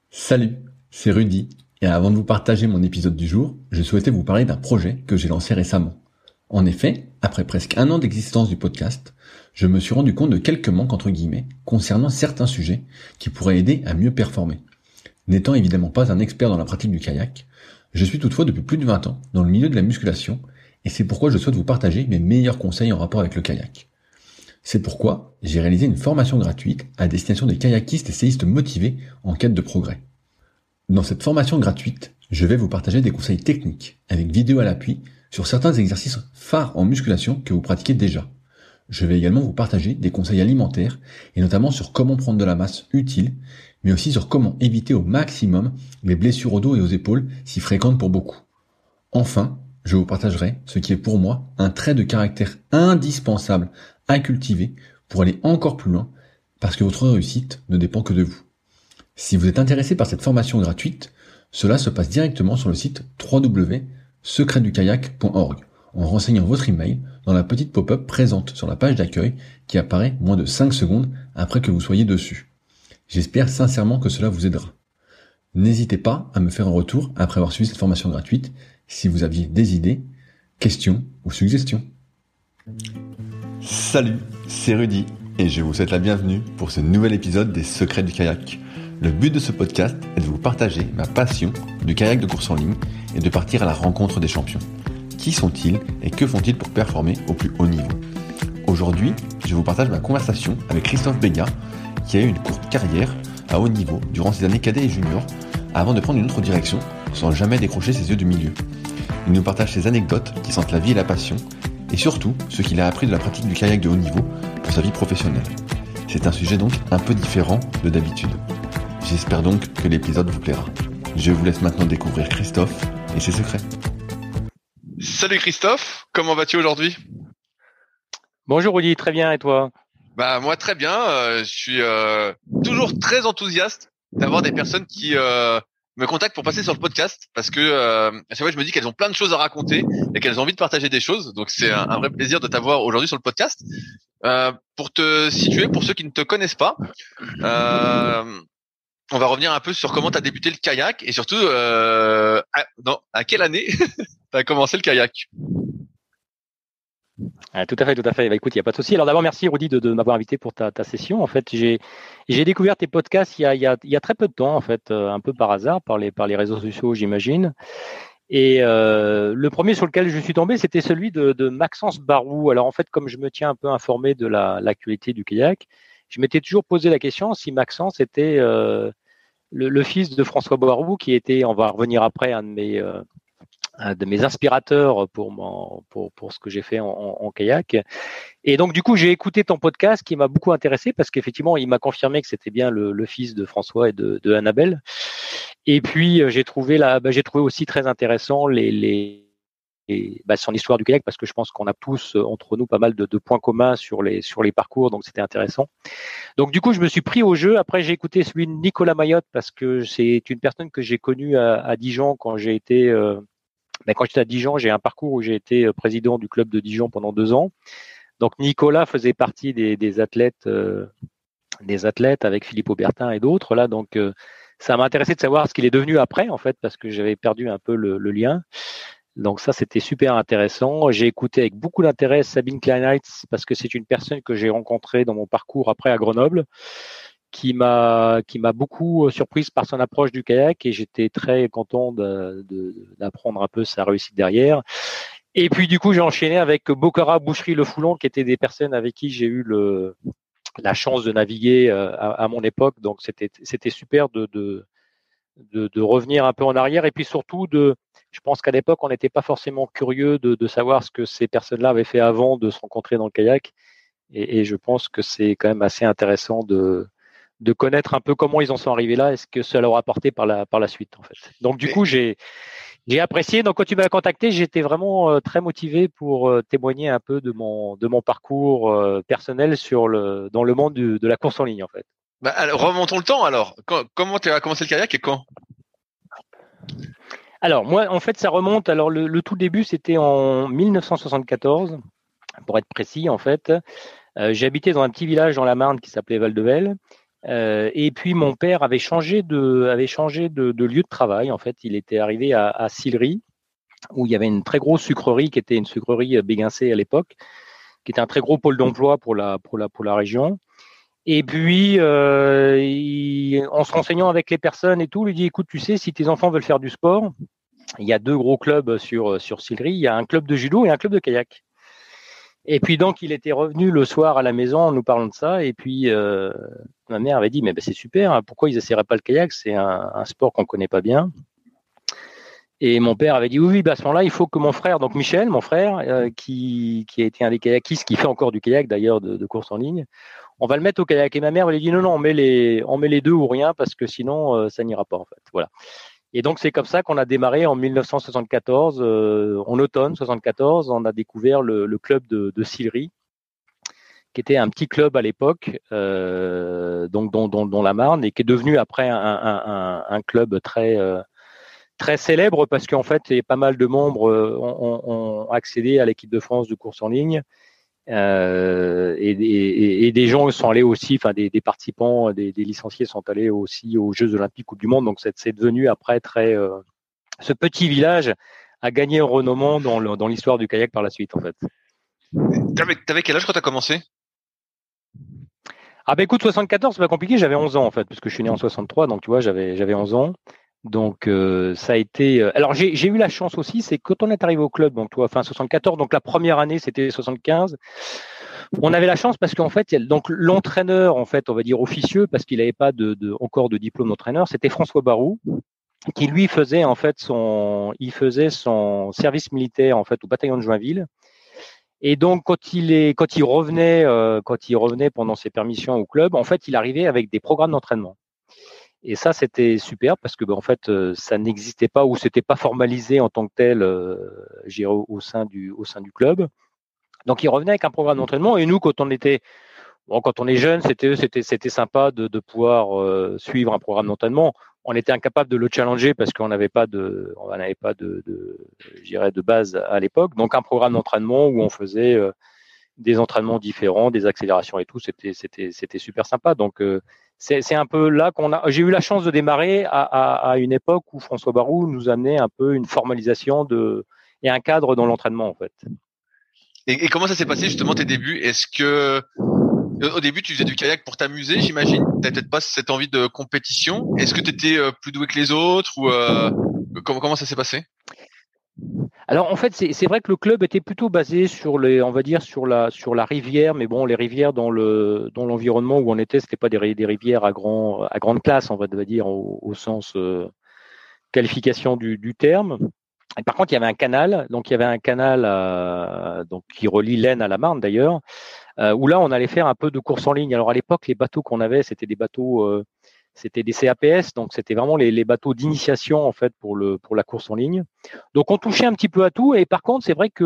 Salut, c'est Rudy, et avant de vous partager mon épisode du jour, je souhaitais vous parler d'un projet que j'ai lancé récemment. En effet, après presque un an d'existence du podcast, je me suis rendu compte de quelques manques entre guillemets concernant certains sujets qui pourraient aider à mieux performer. N'étant évidemment pas un expert dans la pratique du kayak, je suis toutefois depuis plus de 20 ans dans le milieu de la musculation, et c'est pourquoi je souhaite vous partager mes meilleurs conseils en rapport avec le kayak. C'est pourquoi j'ai réalisé une formation gratuite à destination des kayakistes et séistes motivés en quête de progrès. Dans cette formation gratuite, je vais vous partager des conseils techniques, avec vidéo à l'appui, sur certains exercices phares en musculation que vous pratiquez déjà. Je vais également vous partager des conseils alimentaires, et notamment sur comment prendre de la masse utile, mais aussi sur comment éviter au maximum les blessures au dos et aux épaules si fréquentes pour beaucoup. Enfin, je vous partagerai ce qui est pour moi un trait de caractère indispensable à cultiver pour aller encore plus loin, parce que votre réussite ne dépend que de vous. Si vous êtes intéressé par cette formation gratuite, cela se passe directement sur le site www.secretdukayak.org en renseignant votre email dans la petite pop-up présente sur la page d'accueil qui apparaît moins de 5 secondes après que vous soyez dessus. J'espère sincèrement que cela vous aidera. N'hésitez pas à me faire un retour après avoir suivi cette formation gratuite si vous aviez des idées, questions ou suggestions. Salut, c'est Rudy et je vous souhaite la bienvenue pour ce nouvel épisode des Secrets du kayak. Le but de ce podcast est de vous partager ma passion du kayak de course en ligne et de partir à la rencontre des champions. Qui sont-ils et que font-ils pour performer au plus haut niveau ? Aujourd'hui, je vous partage ma conversation avec Christophe Béga, qui a eu une courte carrière à haut niveau durant ses années cadets et juniors, avant de prendre une autre direction sans jamais décrocher ses yeux du milieu. Il nous partage ses anecdotes qui sentent la vie et la passion, et surtout ce qu'il a appris de la pratique du kayak de haut niveau pour sa vie professionnelle. C'est un sujet donc un peu différent de d'habitude. J'espère donc que l'épisode vous plaira. Je vous laisse maintenant découvrir Christophe et ses secrets. Salut Christophe, comment vas-tu aujourd'hui ? Bonjour Rudy, très bien et toi ? Bah moi très bien, je suis toujours très enthousiaste d'avoir des personnes qui me contactent pour passer sur le podcast parce que à chaque fois je me dis qu'elles ont plein de choses à raconter et qu'elles ont envie de partager des choses, donc c'est un vrai plaisir de t'avoir aujourd'hui sur le podcast. Pour te situer, pour ceux qui ne te connaissent pas, on va revenir un peu sur comment tu as débuté le kayak et surtout à quelle année tu as commencé le kayak. Tout à fait. Bah, écoute, il n'y a pas de souci. Alors d'abord, merci Rudy de m'avoir invité pour ta session. En fait, j'ai découvert tes podcasts il y a très peu de temps, en fait, un peu par hasard, par les réseaux sociaux, j'imagine. Et le premier sur lequel je suis tombé, c'était celui de Maxence Barou. Alors en fait, comme je me tiens un peu informé de l'actualité du kayak, je m'étais toujours posé la question si Maxence était le fils de François Barou, qui était, on va revenir après, un de mes inspirateurs pour ce que j'ai fait en kayak. Et donc, du coup, j'ai écouté ton podcast qui m'a beaucoup intéressé parce qu'effectivement, il m'a confirmé que c'était bien le fils de François et de Annabelle. Et puis, j'ai trouvé aussi très intéressant son histoire du kayak parce que je pense qu'on a tous entre nous pas mal de points communs sur les parcours, donc c'était intéressant. Donc du coup, je me suis pris au jeu. Après, j'ai écouté celui de Nicolas Mayotte parce que c'est une personne que j'ai connue à Dijon quand j'ai été quand j'étais à Dijon. J'ai un parcours où j'ai été président du club de Dijon pendant 2 ans. Donc Nicolas faisait partie des athlètes avec Philippe Aubertin et d'autres là. Donc ça m'a intéressé de savoir ce qu'il est devenu après en fait parce que j'avais perdu un peu le lien. Donc ça, c'était super intéressant. J'ai écouté avec beaucoup d'intérêt Sabine Kleinheitz parce que c'est une personne que j'ai rencontrée dans mon parcours après à Grenoble, qui m'a beaucoup surprise par son approche du kayak et j'étais très content d'apprendre un peu sa réussite derrière. Et puis du coup, j'ai enchaîné avec Bocara, Boucherie, Le Foulon, qui étaient des personnes avec qui j'ai eu la chance de naviguer à mon époque. Donc c'était super de revenir un peu en arrière et puis surtout je pense qu'à l'époque, on n'était pas forcément curieux de savoir ce que ces personnes-là avaient fait avant de se rencontrer dans le kayak. Et je pense que c'est quand même assez intéressant de connaître un peu comment ils en sont arrivés là et ce que ça leur a apporté par la suite, en fait. Donc, du coup, j'ai apprécié. Donc, quand tu m'as contacté, j'étais vraiment très motivé pour témoigner un peu de mon parcours personnel dans le monde de la course en ligne, en fait. Bah, alors, remontons le temps alors. Comment tu as commencé le kayak et quand ? Alors, moi, en fait, ça remonte. Alors, le tout début, c'était en 1974, pour être précis, en fait. J'habitais dans un petit village dans la Marne qui s'appelait Val-de-Velle. Et puis mon père avait changé de lieu de travail. En fait, il était arrivé à Sillery, où il y avait une très grosse sucrerie qui était une sucrerie Béguincé à l'époque, qui était un très gros pôle d'emploi pour la région. Et puis, en se renseignant avec les personnes et tout, lui dit, écoute, tu sais, si tes enfants veulent faire du sport, il y a 2 gros clubs sur Sillery. Il y a un club de judo et un club de kayak. Et puis donc, il était revenu le soir à la maison en nous parlant de ça. Et puis, ma mère avait dit, mais ben, c'est super, hein, pourquoi ils essaieraient pas le kayak? C'est un sport qu'on connaît pas bien. Et mon père avait dit, oui, à ce moment-là, il faut que mon frère, donc Michel, mon frère, qui a été un des kayakistes, qui fait encore du kayak d'ailleurs, de course en ligne, on va le mettre au kayak. Et ma mère, elle a dit, non, on met les 2 ou rien, parce que sinon, ça n'ira pas, en fait. Voilà. Et donc, c'est comme ça qu'on a démarré en 1974, en automne 74, on a découvert le club de Sillery, qui était un petit club à l'époque, donc dans la Marne, et qui est devenu après un club très célèbre, parce qu'en fait, pas mal de membres ont accédé à l'équipe de France de course en ligne. Et des gens sont allés aussi, enfin des participants, des licenciés sont allés aussi aux Jeux Olympiques, Coupe du Monde. Donc c'est devenu après ce petit village a gagné un renommement dans l'histoire du kayak par la suite, en fait. T'avais quel âge quand t'as commencé? Ah ben écoute, 74, c'est pas compliqué, j'avais 11 ans en fait, parce que je suis né en 63, donc tu vois, j'avais 11 ans. Donc ça a été. Alors j'ai eu la chance aussi, c'est quand on est arrivé au club, donc toi, fin 74, donc la première année c'était 75. On avait la chance parce qu'en fait, donc l'entraîneur, en fait, on va dire officieux, parce qu'il n'avait pas encore de diplôme d'entraîneur, c'était François Barou, qui lui faisait en fait son service militaire en fait au bataillon de Joinville. Et donc quand il revenait pendant ses permissions au club, en fait, il arrivait avec des programmes d'entraînement. Et ça, c'était super parce que, en fait, ça n'existait pas ou c'était pas formalisé en tant que tel, au sein du club. Donc, il revenait avec un programme d'entraînement. Et nous, quand on est jeune, c'était sympa de pouvoir suivre un programme d'entraînement. On était incapable de le challenger parce qu'on n'avait pas de base à l'époque. Donc, un programme d'entraînement où on faisait des entraînements différents, des accélérations et tout, c'était super sympa. Donc, c'est un peu là j'ai eu la chance de démarrer à une époque où François Barou nous amenait un peu une formalisation et un cadre dans l'entraînement, en fait. Et comment ça s'est passé justement tes débuts? Est-ce que au début tu faisais du kayak pour t'amuser, j'imagine? T'avais peut-être pas cette envie de compétition. Est-ce que tu étais plus doué que les autres ou comment ça s'est passé? Alors en fait, c'est vrai que le club était plutôt basé sur la rivière, mais bon, les rivières dans l'environnement où on était, c'était pas des rivières à grande classe, on va dire au sens qualification du terme. Et par contre, il y avait un canal, donc qui relie l'Aisne à la Marne d'ailleurs, où là on allait faire un peu de course en ligne. Alors à l'époque, les bateaux qu'on avait, c'était des bateaux, c'était des CAPS, donc c'était vraiment les bateaux d'initiation en fait pour la course en ligne. Donc on touchait un petit peu à tout. Et par contre, c'est vrai que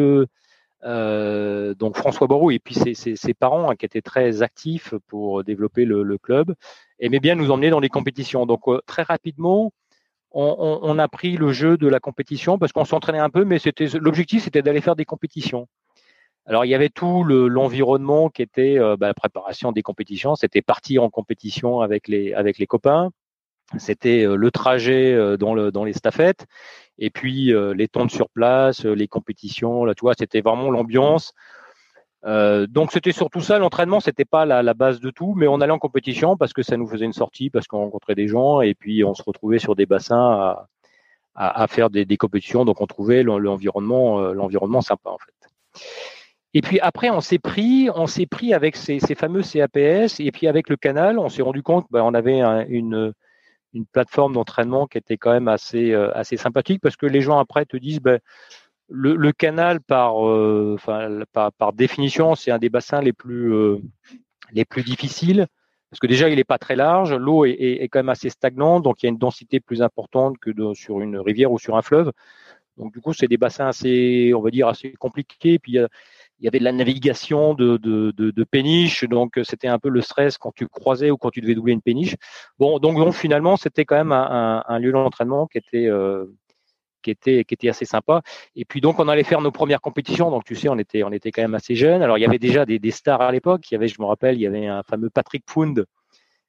donc François Barou et puis ses parents, hein, qui étaient très actifs pour développer le club, aimaient bien nous emmener dans les compétitions. Donc très rapidement, on a pris le jeu de la compétition parce qu'on s'entraînait un peu, mais l'objectif c'était d'aller faire des compétitions. Alors il y avait tout l'environnement qui était la préparation des compétitions, c'était partir en compétition avec les copains, c'était le trajet dans les stafettes, et puis les tentes sur place, les compétitions, là tu vois, c'était vraiment l'ambiance. Donc c'était surtout ça, l'entraînement, c'était pas la base de tout, mais on allait en compétition parce que ça nous faisait une sortie, parce qu'on rencontrait des gens et puis on se retrouvait sur des bassins à faire des compétitions, donc on trouvait l'environnement sympa en fait. Et puis après on s'est pris avec ces fameux CAPS, et puis avec le canal, on s'est rendu compte on avait une plateforme d'entraînement qui était quand même assez sympathique, parce que les gens après te disent le canal par définition, c'est un des bassins les plus difficiles, parce que déjà il n'est pas très large, l'eau est quand même assez stagnante, donc il y a une densité plus importante que sur une rivière ou sur un fleuve. Donc du coup c'est des bassins assez, on va dire, assez compliqués. Puis il y avait de la navigation de péniches, donc c'était un peu le stress quand tu croisais ou quand tu devais doubler une péniche. Bon, donc finalement c'était quand même un lieu d'entraînement qui était assez sympa. Et puis donc on allait faire nos premières compétitions. Donc tu sais, on était quand même assez jeunes. Alors il y avait déjà des stars à l'époque. Je me rappelle, il y avait un fameux Patrick Pound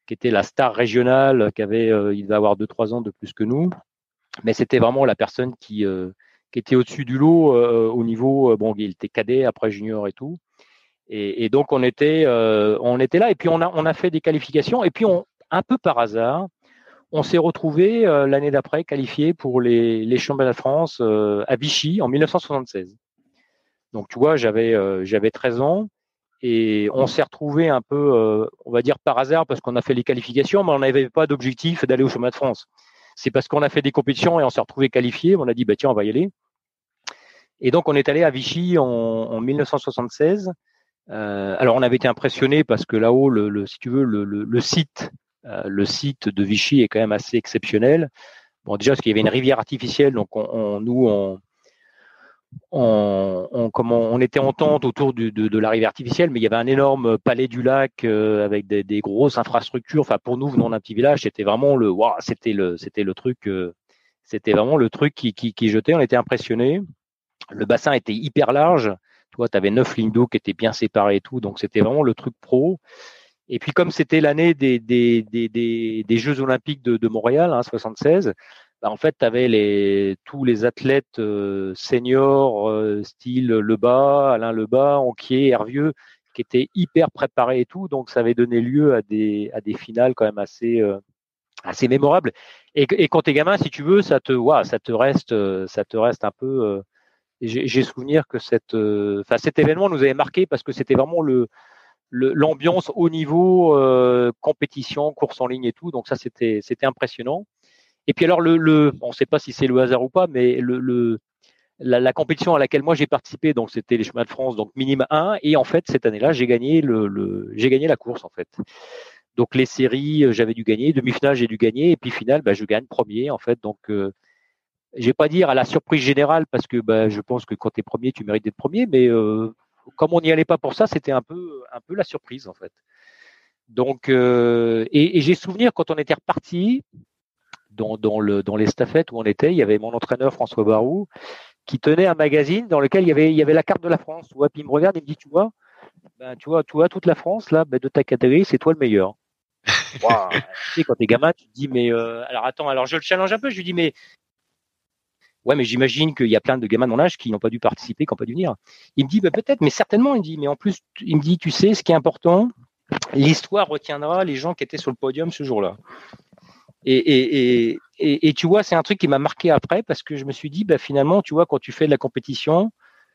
qui était la star régionale, il devait avoir 2-3 ans de plus que nous, mais c'était vraiment la personne qui était au-dessus du lot au niveau, bon, il était cadet, après junior et tout. Et donc on était là, et puis on a fait des qualifications, et puis un peu par hasard, on s'est retrouvé l'année d'après qualifié pour les championnats de France à Vichy en 1976. Donc tu vois, j'avais 13 ans, et on s'est retrouvé un peu, on va dire par hasard, parce qu'on a fait les qualifications, mais on n'avait pas d'objectif d'aller au championnat de France. C'est parce qu'on a fait des compétitions et on s'est retrouvé qualifié, on a dit bah tiens, on va y aller. Et donc on est allé à Vichy en 1976. Alors on avait été impressionné parce que là-haut, si tu veux, le site de Vichy est quand même assez exceptionnel. Bon, déjà parce qu'il y avait une rivière artificielle, donc on était en tente autour de la rivière artificielle, mais il y avait un énorme palais du lac avec des grosses infrastructures. Enfin, pour nous, venant d'un petit village, c'était vraiment c'était le truc, c'était vraiment le truc qui jetait. On était impressionnés. Le bassin était hyper large. Toi, tu avais 9 lignes d'eau qui étaient bien séparées et tout, donc c'était vraiment le truc pro. Et puis comme c'était l'année des Jeux Olympiques de Montréal, 76, bah, en fait, tu avais tous les athlètes seniors, style Lebas, Alain Lebas, Anquier, Hervieux, qui étaient hyper préparés et tout, donc ça avait donné lieu à des finales quand même assez mémorables. Et quand t'es gamin, si tu veux, ça te reste un peu. J'ai souvenir que cet événement nous avait marqué parce que c'était vraiment l'ambiance haut niveau, compétition, course en ligne et tout. Donc ça, c'était impressionnant. Et puis alors on ne sait pas si c'est le hasard ou pas, mais la compétition à laquelle moi j'ai participé, donc c'était les chemins de France, donc minime 1, et en fait cette année-là j'ai gagné j'ai gagné la course en fait. Donc les séries, j'avais dû gagner, demi-finale j'ai dû gagner, et puis finale, je gagne premier en fait. Donc je vais pas dire à la surprise générale parce que je pense que quand tu es premier, tu mérites d'être premier, mais comme on n'y allait pas pour ça, c'était un peu la surprise en fait. Donc et j'ai souvenir quand on était reparti dans les stafettes où on était, il y avait mon entraîneur François Barou qui tenait un magazine dans lequel il y avait la carte de la France. Ouais, puis il me regarde et me dit tu vois toute la France là, de ta catégorie, c'est toi le meilleur. Wow. Tu sais, quand t'es gamin, tu te dis mais alors attends, alors je le challenge un peu, je lui dis mais ouais, mais j'imagine qu'il y a plein de gamins de mon âge qui n'ont pas dû participer, qui n'ont pas dû venir. Il me dit, peut-être, mais certainement, il me dit, mais en plus, il me dit, tu sais, ce qui est important, l'histoire retiendra les gens qui étaient sur le podium ce jour-là. Et tu vois, c'est un truc qui m'a marqué après parce que je me suis dit, finalement, tu vois, quand tu fais de la compétition,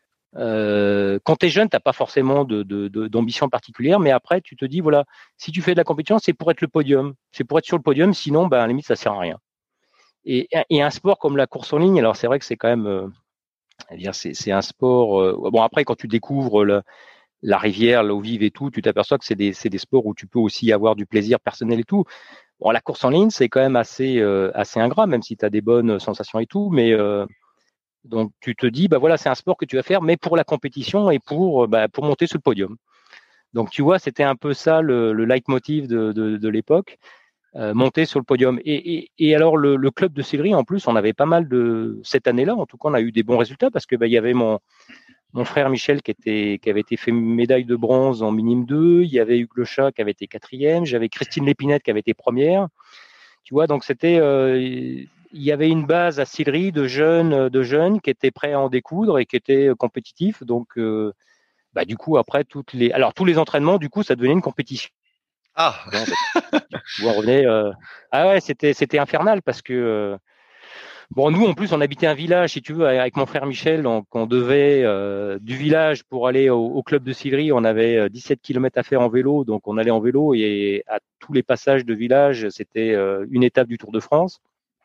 quand tu es jeune, tu n'as pas forcément d'ambition particulière, mais après, tu te dis, voilà, si tu fais de la compétition, c'est pour être le podium. C'est pour être sur le podium, sinon, à la limite, ça ne sert à rien. Et un sport comme la course en ligne, alors c'est vrai que c'est quand même, c'est un sport. Bon après, quand tu découvres la rivière, l'eau vive et tout, tu t'aperçois que c'est des sports où tu peux aussi avoir du plaisir personnel et tout. Bon, la course en ligne, c'est quand même assez ingrat, même si tu as des bonnes sensations et tout. Mais donc tu te dis, voilà, c'est un sport que tu vas faire, mais pour la compétition et pour monter sur le podium. Donc tu vois, c'était un peu ça le leitmotiv de l'époque. Monter sur le podium. Et alors, le club de Sillery, en plus, on avait pas mal cette année-là, en tout cas, on a eu des bons résultats parce que il y avait mon frère Michel qui avait été fait médaille de bronze en minime 2, il y avait Hugues Lechat qui avait été 4e, j'avais Christine Lépinette qui avait été première. Tu vois, donc c'était, il y avait une base à Sillery de jeunes qui étaient prêts à en découdre et qui étaient compétitifs. Donc, du coup, après, tous les entraînements, du coup, ça devenait une compétition. Ah. Tu vois, revenait. Ah ouais, c'était infernal parce que nous en plus on habitait un village, si tu veux, avec mon frère Michel, donc on devait du village pour aller au club de Sillery, on avait 17 km à faire en vélo, donc on allait en vélo et à tous les passages de village, c'était une étape du Tour de France.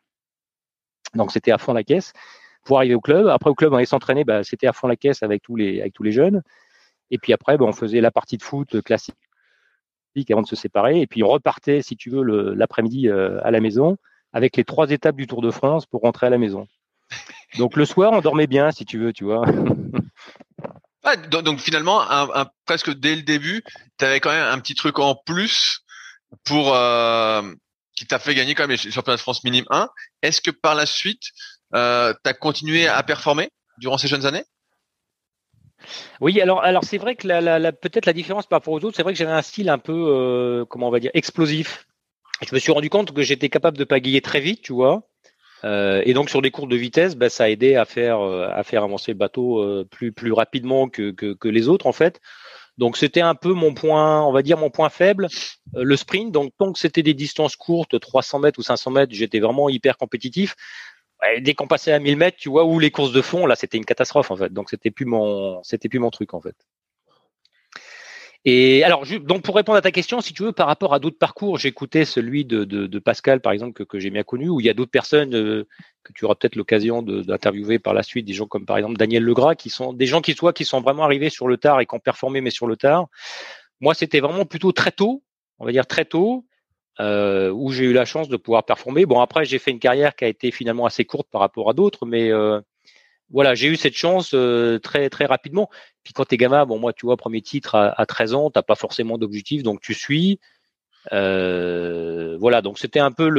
Donc c'était à fond la caisse pour arriver au club. Après au club on allait s'entraîner, c'était à fond la caisse avec tous les jeunes. Et puis après on faisait la partie de foot classique avant de se séparer, et puis on repartait, si tu veux, l'après-midi à la maison, avec les 3 étapes du Tour de France pour rentrer à la maison. Donc le soir, on dormait bien, si tu veux, tu vois. Ah, donc finalement, presque dès le début, tu avais quand même un petit truc en plus pour qui t'a fait gagner quand même les championnats de France minime 1. Est-ce que par la suite, tu as continué à performer durant ces jeunes années? Oui, alors c'est vrai que peut-être la différence par rapport aux autres, c'est vrai que j'avais un style un peu, comment on va dire, explosif. je me suis rendu compte que j'étais capable de pagayer très vite, tu vois. Et donc sur des courses de vitesse, ça a aidé à faire avancer le bateau plus rapidement que les autres en fait. Donc c'était un peu mon point, on va dire mon point faible, le sprint. Donc tant que c'était des distances courtes, 300 mètres ou 500 mètres, j'étais vraiment hyper compétitif. Ouais, dès qu'on passait à 1000 mètres, tu vois, ou les courses de fond, là c'était une catastrophe en fait. Donc c'était plus mon truc en fait. Et alors, donc pour répondre à ta question, si tu veux, par rapport à d'autres parcours, j'écoutais celui de Pascal, par exemple, que j'ai bien connu, où il y a d'autres personnes que tu auras peut-être l'occasion d'interviewer par la suite, des gens comme par exemple Daniel Legras, qui sont des gens qui sont vraiment arrivés sur le tard et qui ont performé, mais sur le tard. Moi, c'était vraiment plutôt très tôt, on va dire très tôt, où j'ai eu la chance de pouvoir performer. Bon, après, j'ai fait une carrière qui a été finalement assez courte par rapport à d'autres, mais voilà, j'ai eu cette chance très très rapidement. Puis quand t'es gamin, bon moi tu vois, premier titre à 13 ans, t'as pas forcément d'objectif, donc tu suis. Voilà, donc c'était un peu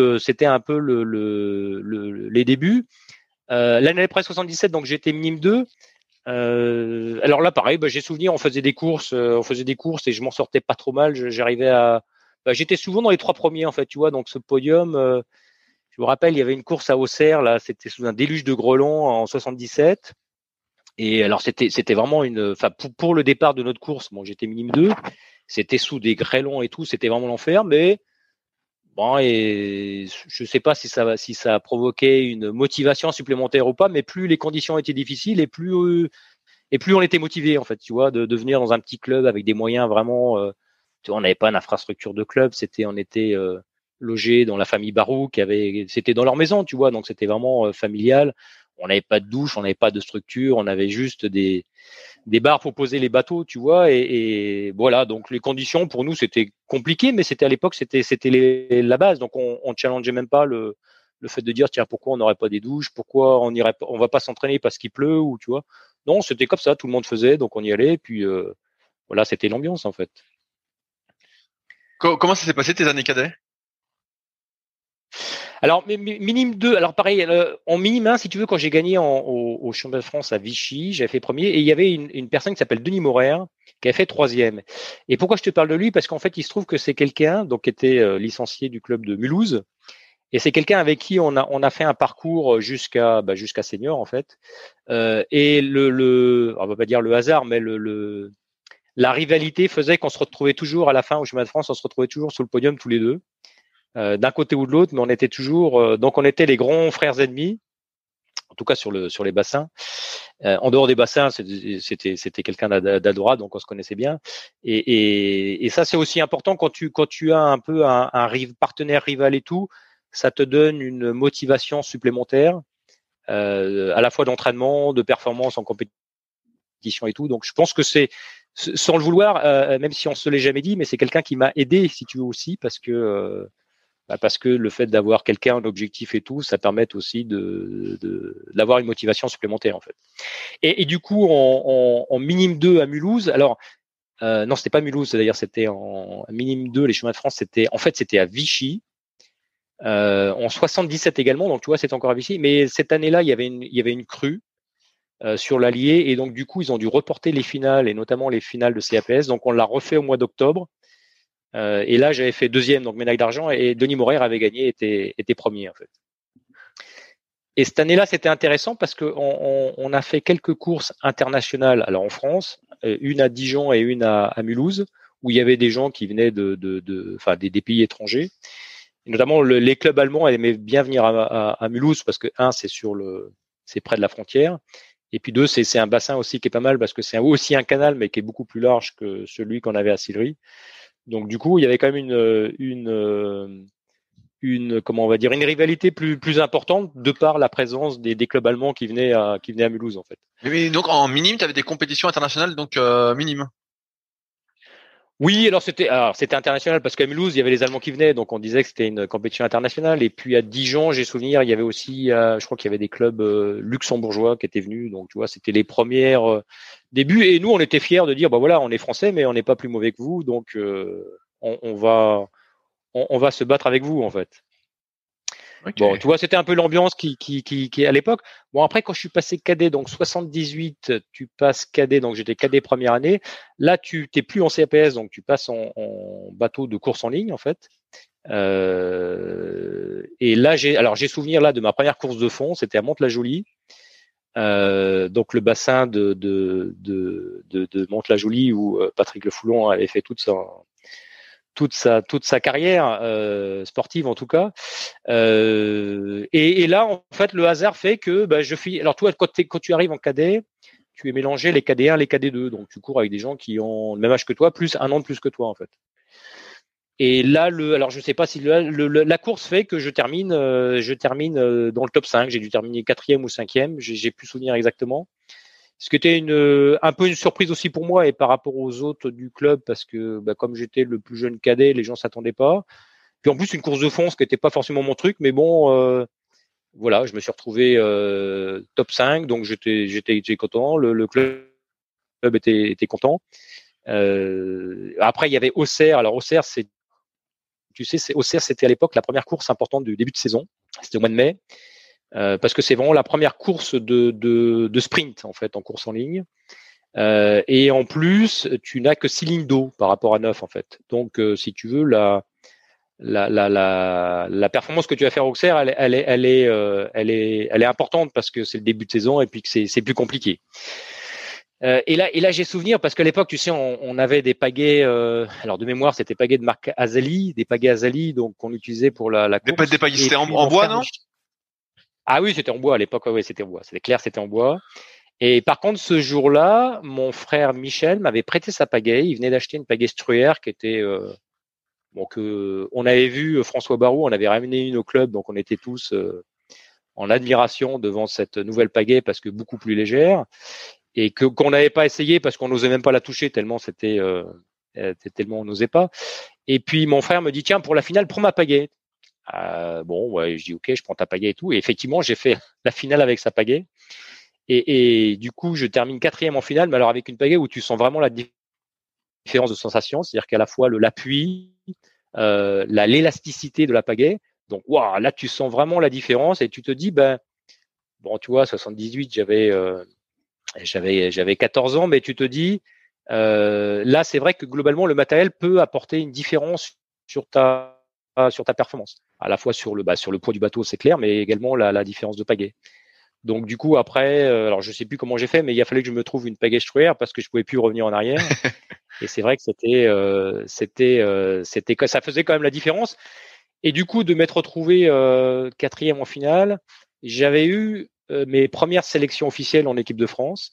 les débuts. L'année après 77, donc j'étais minime 2. Alors là pareil, j'ai souvenir, on faisait des courses et je m'en sortais pas trop mal. J'arrivais à, j'étais souvent dans les 3 premiers en fait, tu vois, donc ce podium. Je me rappelle, il y avait une course à Auxerre, là, c'était sous un déluge de grelons en 77. Et alors, c'était vraiment pour le départ de notre course, bon, j'étais minime 2, c'était sous des grêlons et tout, c'était vraiment l'enfer, mais bon, et je sais pas si ça a provoqué une motivation supplémentaire ou pas, mais plus les conditions étaient difficiles et plus on était motivé, en fait, tu vois, de venir dans un petit club avec des moyens vraiment, tu vois, on n'avait pas une infrastructure de club, on était, logé dans la famille Barou c'était dans leur maison, tu vois, donc c'était vraiment familial. On n'avait pas de douche, on n'avait pas de structure, on avait juste des bars pour poser les bateaux, tu vois, et voilà. Donc les conditions pour nous c'était compliqué, mais c'était à l'époque c'était la base. Donc on challengeait même pas le fait de dire tiens pourquoi on n'aurait pas des douches, pourquoi on va pas s'entraîner parce qu'il pleut ou tu vois. Non, c'était comme ça, tout le monde faisait, donc on y allait, puis voilà, c'était l'ambiance en fait. Comment ça s'est passé tes années cadets? Alors, minime 2, alors pareil, en minime 1, si tu veux, quand j'ai gagné au championnat de France à Vichy, j'avais fait premier, et il y avait une personne qui s'appelle Denis Morer, qui avait fait troisième. Et pourquoi je te parle de lui? Parce qu'en fait, il se trouve que c'est quelqu'un, donc qui était licencié du club de Mulhouse, et c'est quelqu'un avec qui on a fait un parcours jusqu'à senior, en fait. Et on va pas dire le hasard, mais la rivalité faisait qu'on se retrouvait toujours à la fin au championnat de France, on se retrouvait toujours sur le podium tous les deux. D'un côté ou de l'autre, mais on était toujours donc on était les grands frères ennemis, en tout cas sur les bassins. En dehors des bassins, c'était quelqu'un d'adorable, donc on se connaissait bien. Et ça c'est aussi important quand tu as un peu un partenaire rival et tout, ça te donne une motivation supplémentaire, à la fois d'entraînement, de performance en compétition et tout. Donc je pense que c'est sans le vouloir, même si on se l'est jamais dit, mais c'est quelqu'un qui m'a aidé si tu veux aussi parce que le fait d'avoir quelqu'un, l'objectif et tout, ça permet aussi d'avoir une motivation supplémentaire en fait. Et du coup, en minime 2 à Mulhouse, alors non, c'était pas Mulhouse, d'ailleurs, c'était en minime 2, les chemins de France, c'était à Vichy, en 77 également, donc tu vois, c'était encore à Vichy. Mais cette année-là, il y avait une crue sur l'Allier, et donc du coup, ils ont dû reporter les finales, et notamment les finales de CAPS. Donc on l'a refait au mois d'octobre. Et là, j'avais fait deuxième, donc médaille d'argent, et Denis Morer avait gagné, était premier en fait. Et cette année-là, c'était intéressant parce que on a fait quelques courses internationales. Alors en France, une à Dijon et une à Mulhouse, où il y avait des gens qui venaient des pays étrangers. Et notamment les clubs allemands aimaient bien venir à Mulhouse parce que c'est près de la frontière. Et puis 2, c'est un bassin aussi qui est pas mal parce que c'est aussi un canal, mais qui est beaucoup plus large que celui qu'on avait à Sillery. Donc du coup, il y avait quand même comment on va dire, une rivalité plus importante de par la présence des clubs allemands qui venaient à Mulhouse en fait. Mais donc en minime, tu avais des compétitions internationales, donc minime. Oui, alors c'était international parce qu'à Mulhouse, il y avait les Allemands qui venaient, donc on disait que c'était une compétition internationale. Et puis à Dijon, j'ai souvenir, il y avait aussi, je crois qu'il y avait des clubs luxembourgeois qui étaient venus. Donc tu vois, c'était les premières débuts. Et nous, on était fiers de dire, bah voilà, on est français, mais on n'est pas plus mauvais que vous, donc on va se battre avec vous en fait. Okay. Bon, tu vois, c'était un peu l'ambiance qui à l'époque. Bon, après, quand je suis passé cadet, donc 78, tu passes cadet, donc j'étais cadet première année. Là, tu t'es plus en CAPS, donc tu passes en bateau de course en ligne, en fait. Et là, j'ai souvenir là de ma première course de fond, c'était à Mantes-la-Jolie. Donc le bassin de Mantes-la-Jolie où Patrick Le Foulon avait fait toute sa carrière sportive en tout cas. Et là, en fait, le hasard fait que je finis. Alors toi, quand tu arrives en cadet, tu es mélangé les KD1, les KD2, donc tu cours avec des gens qui ont le même âge que toi, plus un an de plus que toi en fait. Et là, alors je sais pas si la course fait que je termine dans le top 5. J'ai dû terminer 4e ou 5e, j'ai plus souvenir exactement. Ce qui était un peu une surprise aussi pour moi et par rapport aux autres du club parce que comme j'étais le plus jeune cadet, les gens s'attendaient pas. Puis en plus une course de fond, ce qui n'était pas forcément mon truc, mais bon, voilà, je me suis retrouvé top 5, donc j'étais content. Le club était content. Après il y avait Auxerre. Alors Auxerre, Auxerre, c'était à l'époque la première course importante du début de saison. C'était au mois de mai. Parce que c'est vraiment la première course de sprint en fait en course en ligne. Et en plus, tu n'as que 6 lignes d'eau par rapport à 9 en fait. Donc, si tu veux, la performance que tu vas faire au Auxerre, elle est importante parce que c'est le début de saison et puis que c'est plus compliqué. Et là, j'ai souvenir parce qu'à l'époque, tu sais, on avait des pagaies. Alors de mémoire, c'était pagaies de marque Azali, des pagaies Azali, donc qu'on utilisait pour la course. Des pagaies, c'était en bois, non? Ah oui, c'était en bois à l'époque. Oui, c'était en bois. C'était clair, c'était en bois. Et par contre, ce jour-là, mon frère Michel m'avait prêté sa pagaie. Il venait d'acheter une pagaie Struer qui était on avait vu François Barou, on avait ramené une au club, donc on était tous en admiration devant cette nouvelle pagaie parce que beaucoup plus légère et qu'on n'avait pas essayé parce qu'on n'osait même pas la toucher tellement tellement on n'osait pas. Et puis mon frère me dit tiens pour la finale prends ma pagaie. Je dis ok, je prends ta pagaie et tout. Et effectivement, j'ai fait la finale avec sa pagaie. Et du coup, je termine 4e en finale, mais alors avec une pagaie où tu sens vraiment la différence de sensation, c'est-à-dire qu'à la fois l'appui, l'élasticité de la pagaie. Donc, waouh, là, tu sens vraiment la différence et tu te dis, tu vois, 78, j'avais 14 ans, mais tu te dis, là, c'est vrai que globalement, le matériel peut apporter une différence sur ta performance. À la fois sur le poids du bateau, c'est clair, mais également la différence de pagaie. Donc du coup après, alors je sais plus comment j'ai fait, mais il a fallu que je me trouve une pagaie Struer parce que je pouvais plus revenir en arrière. Et c'est vrai que ça faisait quand même la différence. Et du coup de m'être retrouvé 4e en finale, j'avais eu mes premières sélections officielles en équipe de France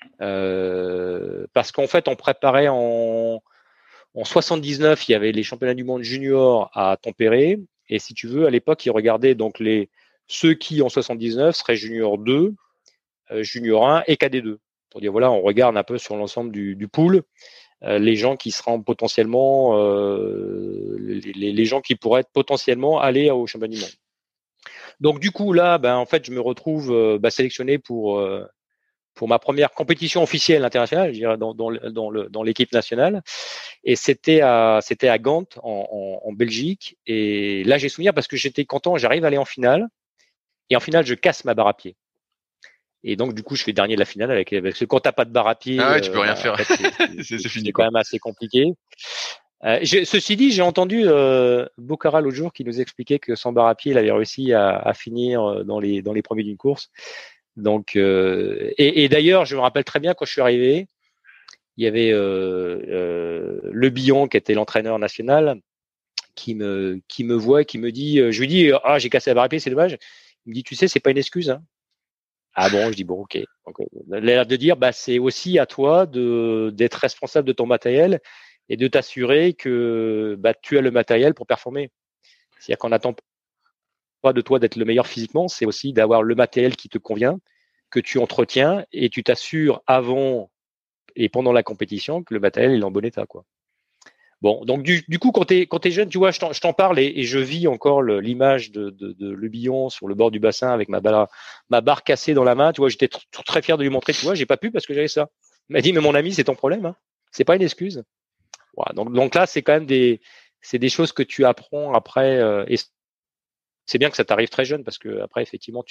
parce qu'en fait on préparait en 79, il y avait les championnats du monde junior à Tampere. Et si tu veux, à l'époque, ils regardaient donc ceux qui, en 79, seraient junior 2, junior 1 et KD2. Pour dire, voilà, on regarde un peu sur l'ensemble du pool les gens qui seront potentiellement, les gens qui pourraient être potentiellement aller au championnat du monde. Donc, du coup, là, en fait, je me retrouve sélectionné pour ma première compétition officielle internationale, je dirais, dans l'équipe nationale. Et c'était à Gand, en Belgique. Et là, j'ai souvenir parce que j'étais content, j'arrive à aller en finale. Et en finale, je casse ma barre à pied. Et donc, du coup, je fais dernier de la finale avec quand t'as pas de barre à pied. Ah ouais, tu peux rien faire. En fait, c'est fini. C'est quand même assez compliqué. Ceci dit, j'ai entendu Bocara l'autre jour qui nous expliquait que sans barre à pied, il avait réussi à finir dans les premiers d'une course. Donc, et d'ailleurs, je me rappelle très bien quand je suis arrivé, il y avait Le Billon qui était l'entraîneur national qui me voit et qui me dit, je lui dis j'ai cassé la barre à pied, c'est dommage. Il me dit tu sais c'est pas une excuse. Hein. Ah bon, je dis bon ok. Donc, l'air de dire c'est aussi à toi d'être responsable de ton matériel et de t'assurer que tu as le matériel pour performer. C'est-à-dire qu'on n'attend pas de toi d'être le meilleur physiquement, c'est aussi d'avoir le matériel qui te convient, que tu entretiens et tu t'assures avant et pendant la compétition que le matériel est en bon état, quoi. Bon, donc du coup, quand t'es jeune, tu vois, je t'en parle et je vis encore l'image de Le Billon sur le bord du bassin avec ma barre cassée dans la main. Tu vois, j'étais très fier de lui montrer. Tu vois, j'ai pas pu parce que j'avais ça. Il m'a dit, mais mon ami, c'est ton problème. Hein. C'est pas une excuse. Voilà, donc là, c'est quand même des choses que tu apprends après. Et c'est bien que ça t'arrive très jeune parce que après, effectivement,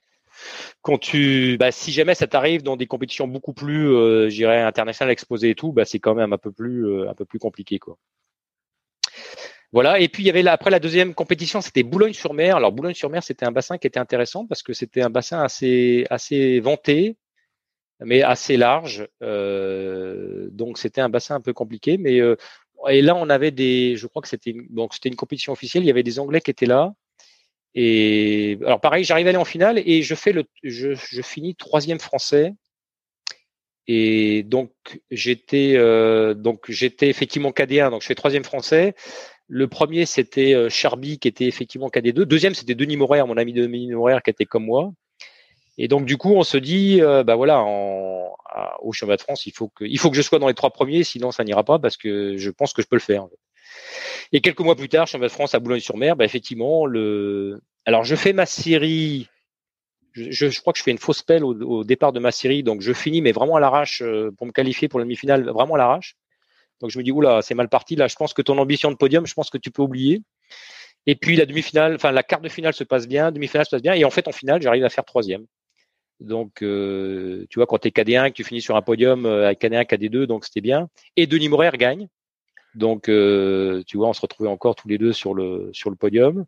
si jamais ça t'arrive dans des compétitions beaucoup plus, je dirais, internationales, exposées et tout, c'est quand même un peu plus compliqué, quoi. Voilà. Et puis il y avait après la deuxième compétition, c'était Boulogne-sur-Mer. Alors Boulogne-sur-Mer, c'était un bassin qui était intéressant parce que c'était un bassin assez vanté, mais assez large. Donc c'était un bassin un peu compliqué. Mais et là, on avait je crois que c'était une compétition officielle. Il y avait des Anglais qui étaient là. Et alors pareil, j'arrive à aller en finale et je finis troisième français. Et donc j'étais effectivement KD1, donc je fais troisième français. Le premier c'était Charby qui était effectivement KD2. Deuxième c'était Denis Morer, mon ami Denis Morer qui était comme moi. Et donc du coup on se dit voilà au championnat de France il faut que je sois dans les trois premiers, sinon ça n'ira pas parce que je pense que je peux le faire. Et quelques mois plus tard, championnat de France à Boulogne-sur-Mer, effectivement alors je fais ma série. Je crois que je fais une fausse pelle au départ de ma série, donc je finis mais vraiment à l'arrache pour me qualifier pour la demi-finale, vraiment à l'arrache. Donc je me dis oula, c'est mal parti là. Je pense que ton ambition de podium, je pense que tu peux oublier. Et puis la demi-finale, enfin la quart de finale se passe bien, demi-finale se passe bien, et en fait en finale j'arrive à faire troisième. Donc tu vois quand t'es KD1 que tu finis sur un podium avec KD1, KD2, donc c'était bien. Et Denis Morer gagne. Donc tu vois on se retrouvait encore tous les deux sur le podium.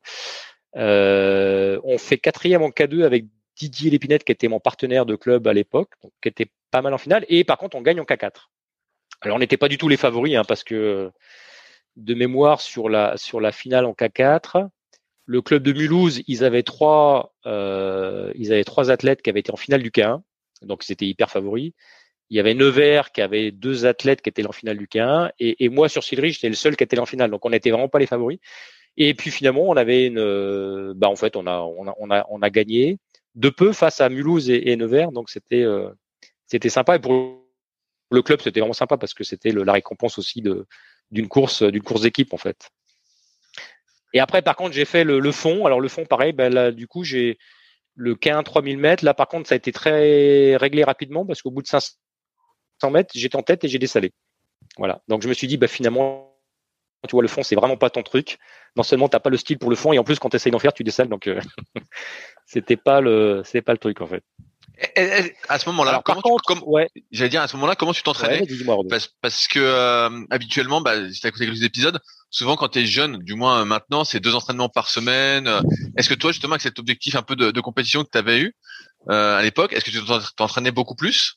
On fait quatrième en K2 avec Didier Lépinette qui était mon partenaire de club à l'époque, donc qui était pas mal en finale. Et par contre, on gagne en K4. Alors, on n'était pas du tout les favoris, parce que de mémoire sur la finale en K4, le club de Mulhouse, ils avaient trois athlètes qui avaient été en finale du K1, donc ils étaient hyper favoris. Il y avait Nevers qui avait deux athlètes qui étaient en finale du K1, et moi sur Sillery, j'étais le seul qui était en finale, donc on n'était vraiment pas les favoris. Et puis finalement, on avait en fait, on a gagné de peu face à Mulhouse et Nevers, donc c'était sympa. Et pour le club, c'était vraiment sympa parce que c'était la récompense aussi d'une course d'équipe en fait. Et après, par contre, j'ai fait le fond. Alors le fond, pareil, là, du coup, j'ai le K1 3000 mètres. Là, par contre, ça a été très réglé rapidement parce qu'au bout de 500 mètres, j'étais en tête et j'ai dessalé. Voilà. Donc je me suis dit, finalement, tu vois, le fond, c'est vraiment pas ton truc. Non seulement t'as pas le style pour le fond, et en plus, quand tu essayes d'en faire, tu dessales. Donc, c'était pas le truc, en fait. Et à ce moment-là, j'allais dire, à ce moment-là, comment tu t'entraînais? Parce que habituellement, si t'as écouté quelques épisodes, souvent quand t'es jeune, du moins maintenant, c'est 2 entraînements par semaine. Est-ce que toi, justement, avec cet objectif un peu de compétition que t'avais eu à l'époque, est-ce que tu t'entraînais beaucoup plus?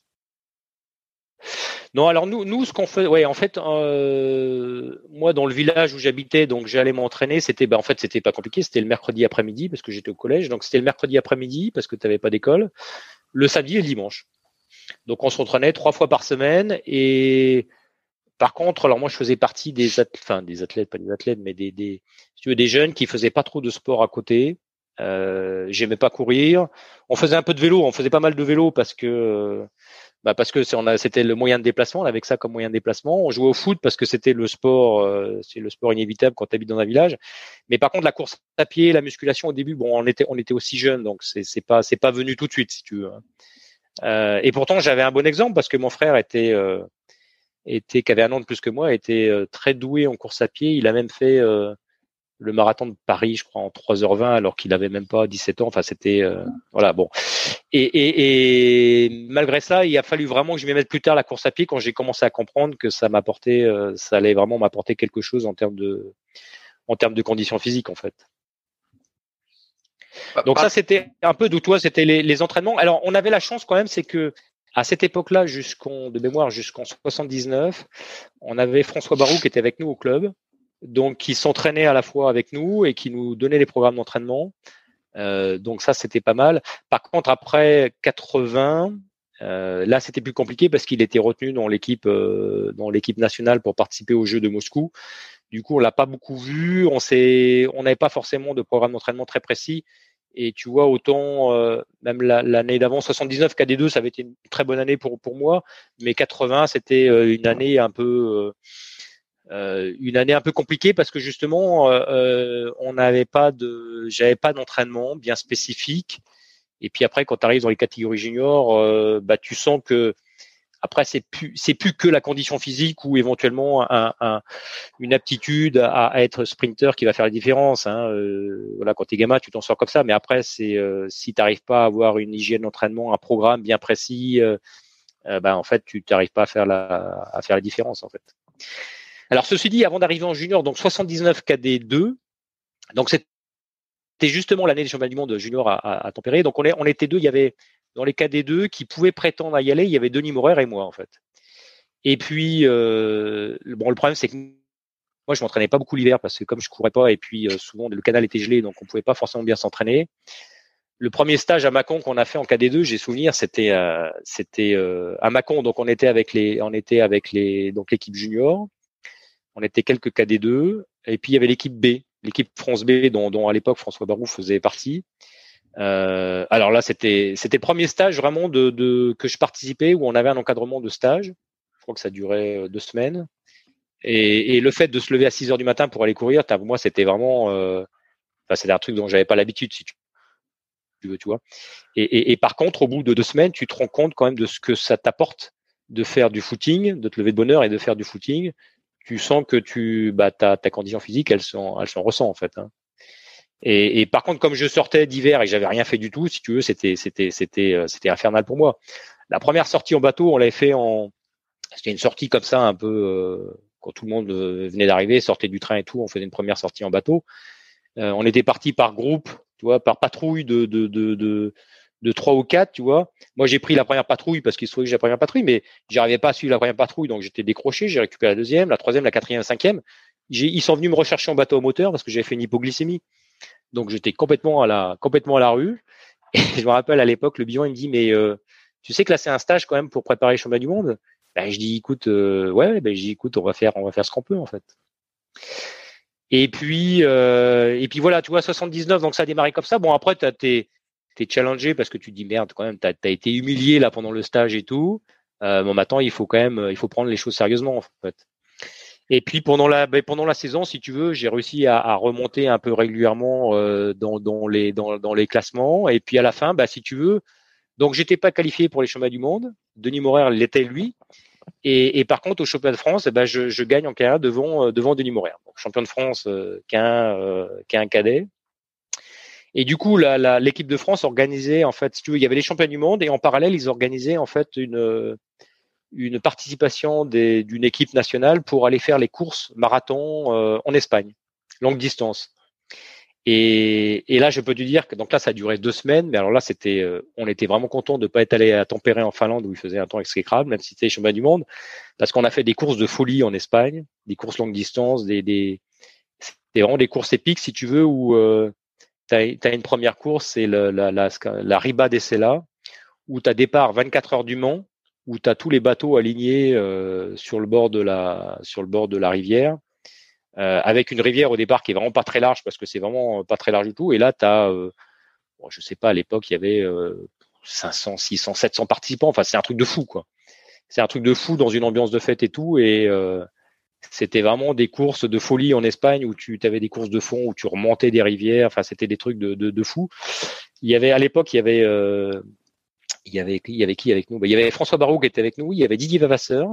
Non, alors nous, ce qu'on fait, en fait, moi, dans le village où j'habitais, donc j'allais m'entraîner. C'était pas compliqué. C'était le mercredi après-midi parce que j'étais au collège. Donc c'était le mercredi après-midi parce que t'avais pas d'école. Le samedi et le dimanche. Donc on se entraînait 3 fois par semaine. Et par contre, alors moi, je faisais partie des athlètes, pas des athlètes, mais des jeunes qui faisaient pas trop de sport à côté. J'aimais pas courir. On faisait un peu de vélo. On faisait pas mal de vélo parce que c'était le moyen de déplacement, on avait que ça comme moyen de déplacement. On jouait au foot parce que c'était le sport, c'est le sport inévitable quand tu habites dans un village. Mais par contre, la course à pied, la musculation au début, on était aussi jeunes, donc c'est pas venu tout de suite, si tu veux. Et pourtant, j'avais un bon exemple parce que mon frère qui avait 1 an de plus que moi, était très doué en course à pied. Il a même fait le marathon de Paris, je crois, en 3h20, alors qu'il avait même pas 17 ans. Enfin, c'était voilà, bon. Et malgré ça, il a fallu vraiment que je m'y mette plus tard la course à pied quand j'ai commencé à comprendre que ça allait vraiment m'apporter quelque chose en termes de conditions physiques, en fait. Donc ça, c'était un peu d'où toi, c'était les entraînements. Alors, on avait la chance quand même, c'est que à cette époque-là, jusqu'en 79, on avait François Barou qui était avec nous au club, donc qui s'entraînait à la fois avec nous et qui nous donnait les programmes d'entraînement. Donc ça, c'était pas mal. Par contre, après 80, là, c'était plus compliqué parce qu'il était retenu dans l'équipe nationale pour participer aux Jeux de Moscou. Du coup, on l'a pas beaucoup vu. On n'avait pas forcément de programme d'entraînement très précis. Et tu vois, autant même l'année d'avant, 79 KD2, ça avait été une très bonne année pour moi. Mais 80, c'était une année un peu compliquée parce que justement, j'avais pas d'entraînement bien spécifique. Et puis après, quand tu arrives dans les catégories juniors, tu sens que après c'est plus que la condition physique ou éventuellement une aptitude à être sprinter qui va faire la différence. Voilà, quand t'es gamin, tu t'en sors comme ça. Mais après, c'est si t'arrives pas à avoir une hygiène d'entraînement, un programme bien précis, en fait, tu t'arrives pas à faire la différence en fait. Alors ceci dit, avant d'arriver en junior, donc 79 KD2, donc c'était justement l'année des championnats du monde junior à Tampere. Donc on était deux, il y avait dans les KD2 qui pouvaient prétendre à y aller, il y avait Denis Maurer et moi en fait. Et puis le problème c'est que moi je m'entraînais pas beaucoup l'hiver parce que comme je courais pas et puis souvent le canal était gelé donc on pouvait pas forcément bien s'entraîner. Le premier stage à Mâcon qu'on a fait en KD2, j'ai souvenir, c'était à Mâcon, donc on était avec donc l'équipe junior, on était quelques KD2 et puis il y avait l'équipe B, l'équipe France B dont à l'époque François Barou faisait partie. Alors là c'était le premier stage vraiment que je participais où on avait un encadrement de stage. Je crois que ça durait 2 semaines. Et le fait de se lever à 6 heures du matin pour aller courir, moi c'était vraiment c'était un truc dont j'avais pas l'habitude si tu veux, tu vois. Et par contre, au bout de 2 semaines, tu te rends compte quand même de ce que ça t'apporte de faire du footing, de te lever de bonne heure et de faire du footing. Tu sens que ta condition physique, elle s'en ressent en fait. Hein. Et par contre, comme je sortais d'hiver et que j'avais rien fait du tout, si tu veux, c'était infernal pour moi. La première sortie en bateau, on l'avait fait c'était une sortie comme ça, un peu quand tout le monde venait d'arriver, sortait du train et tout, on faisait une première sortie en bateau. On était parti par groupe, tu vois, par patrouille de 3 ou 4, tu vois. Moi, j'ai pris la première patrouille parce qu'il se trouvait que j'ai la première patrouille, mais j'arrivais pas à suivre la première patrouille, donc j'étais décroché. J'ai récupéré la deuxième, la troisième, la quatrième, la cinquième. Ils sont venus me rechercher en bateau au moteur parce que j'avais fait une hypoglycémie. Donc j'étais complètement à la rue. Et je me rappelle à l'époque, le bilan il me dit mais tu sais que là c'est un stage quand même pour préparer les championnats du monde. Ben, je dis écoute écoute on va faire ce qu'on peut en fait. Et puis voilà, tu vois 79 donc ça a démarré comme ça. Bon après t'es challengé parce que tu te dis merde quand même t'as été humilié là pendant le stage et tout. Bon maintenant il faut prendre les choses sérieusement en fait. Et puis pendant la saison, si tu veux, j'ai réussi à remonter un peu régulièrement dans les classements. Et puis à la fin, si tu veux, donc j'étais pas qualifié pour les championnats du monde. Denis Maurer l'était lui. Et par contre au championnat de France, je gagne en carrière devant Denis Maurer. Donc champion de France qu'un cadet. Et du coup l'équipe de France organisait en fait, si tu veux, il y avait les championnats du monde et en parallèle ils organisaient en fait une participation d'une équipe nationale pour aller faire les courses marathon en Espagne, longue distance. Et là, je peux te dire que donc là, ça a duré 2 semaines, mais alors là, on était vraiment content de pas être allé à Tampere en Finlande où il faisait un temps exécrable, même si c'était les championnats du monde, parce qu'on a fait des courses de folie en Espagne, des courses longue distance, c'était vraiment des courses épiques, si tu veux, où t'as une première course, c'est la Riba de Sella, où t'as départ 24 heures du Mans, où tu as tous les bateaux alignés sur le bord de la rivière, avec une rivière au départ qui est vraiment pas très large parce que c'est vraiment pas très large du tout. Et là, tu as, je sais pas, à l'époque, il y avait 500, 600, 700 participants. Enfin, c'est un truc de fou, quoi. C'est un truc de fou dans une ambiance de fête et tout. Et c'était vraiment des courses de folie en Espagne où tu avais des courses de fond, où tu remontais des rivières. Enfin, c'était des trucs de fou. À l'époque, il y avait qui avec nous? Il y avait François Barou qui était avec nous, il y avait Didier Vavasseur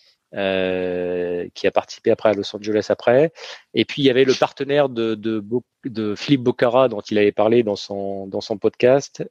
qui a participé après à Los Angeles après, et puis il y avait le partenaire de Philippe Bocara dont il avait parlé dans son podcast.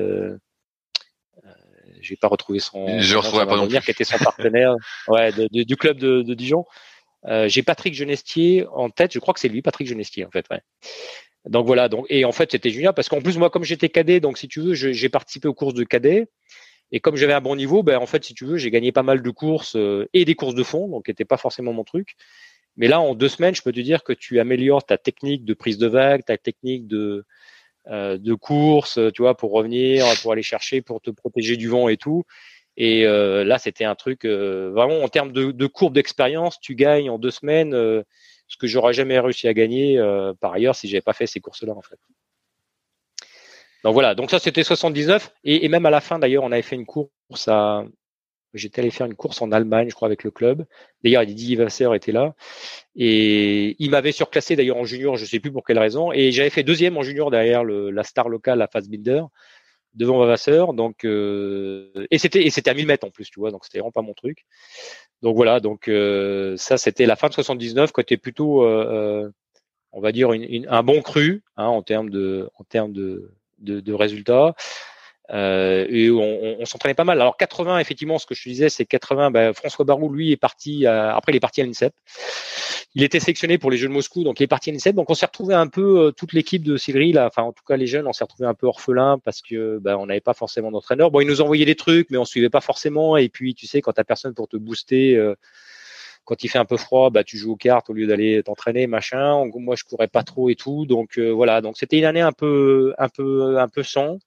J'ai pas retrouvé Je retrouverai pas non plus. Qui était son partenaire, du club de Dijon. J'ai Patrick Genestier en tête, je crois que c'est lui, Patrick Genestier en fait. Ouais. Donc voilà, et en fait c'était génial parce qu'en plus moi comme j'étais cadet, donc si tu veux j'ai participé aux courses de cadet et comme j'avais un bon niveau, en fait si tu veux j'ai gagné pas mal de courses et des courses de fond, donc qui n'était pas forcément mon truc. Mais là en 2 semaines je peux te dire que tu améliores ta technique de prise de vague, ta technique de course, tu vois, pour revenir, pour aller chercher, pour te protéger du vent et tout. Et là c'était un truc vraiment en termes de courbe d'expérience, tu gagnes en 2 semaines. Ce que j'aurais jamais réussi à gagner par ailleurs si j'avais pas fait ces courses-là en fait. Donc voilà, donc ça c'était 79 et même à la fin d'ailleurs on avait fait une course j'étais allé faire une course en Allemagne je crois avec le club. D'ailleurs Didier Vasseur était là et il m'avait surclassé d'ailleurs en junior, je sais plus pour quelle raison et j'avais fait 2e en junior derrière la star locale, la Fassbinder devant Vavasseur donc et c'était à 1000 mètres en plus tu vois donc c'était vraiment pas mon truc. Donc voilà, donc ça c'était la fin de 79, côté plutôt, on va dire un bon cru hein, en termes de résultats. Et on s'entraînait pas mal. Alors 80, effectivement, ce que je te disais, c'est 80. François Barou, lui, est parti. Après, il est parti à l'INSEP. Il était sélectionné pour les Jeux de Moscou, donc il est parti à l'INSEP. Donc on s'est retrouvé un peu toute l'équipe de Sillery là. Enfin, en tout cas les jeunes, on s'est retrouvé un peu orphelins parce que on n'avait pas forcément d'entraîneur. Bon, ils nous envoyaient des trucs, mais on suivait pas forcément. Et puis tu sais, quand t'as personne pour te booster. Quand il fait un peu froid, tu joues aux cartes au lieu d'aller t'entraîner, machin. Moi, je courais pas trop et tout, donc voilà. Donc c'était une année un peu sans.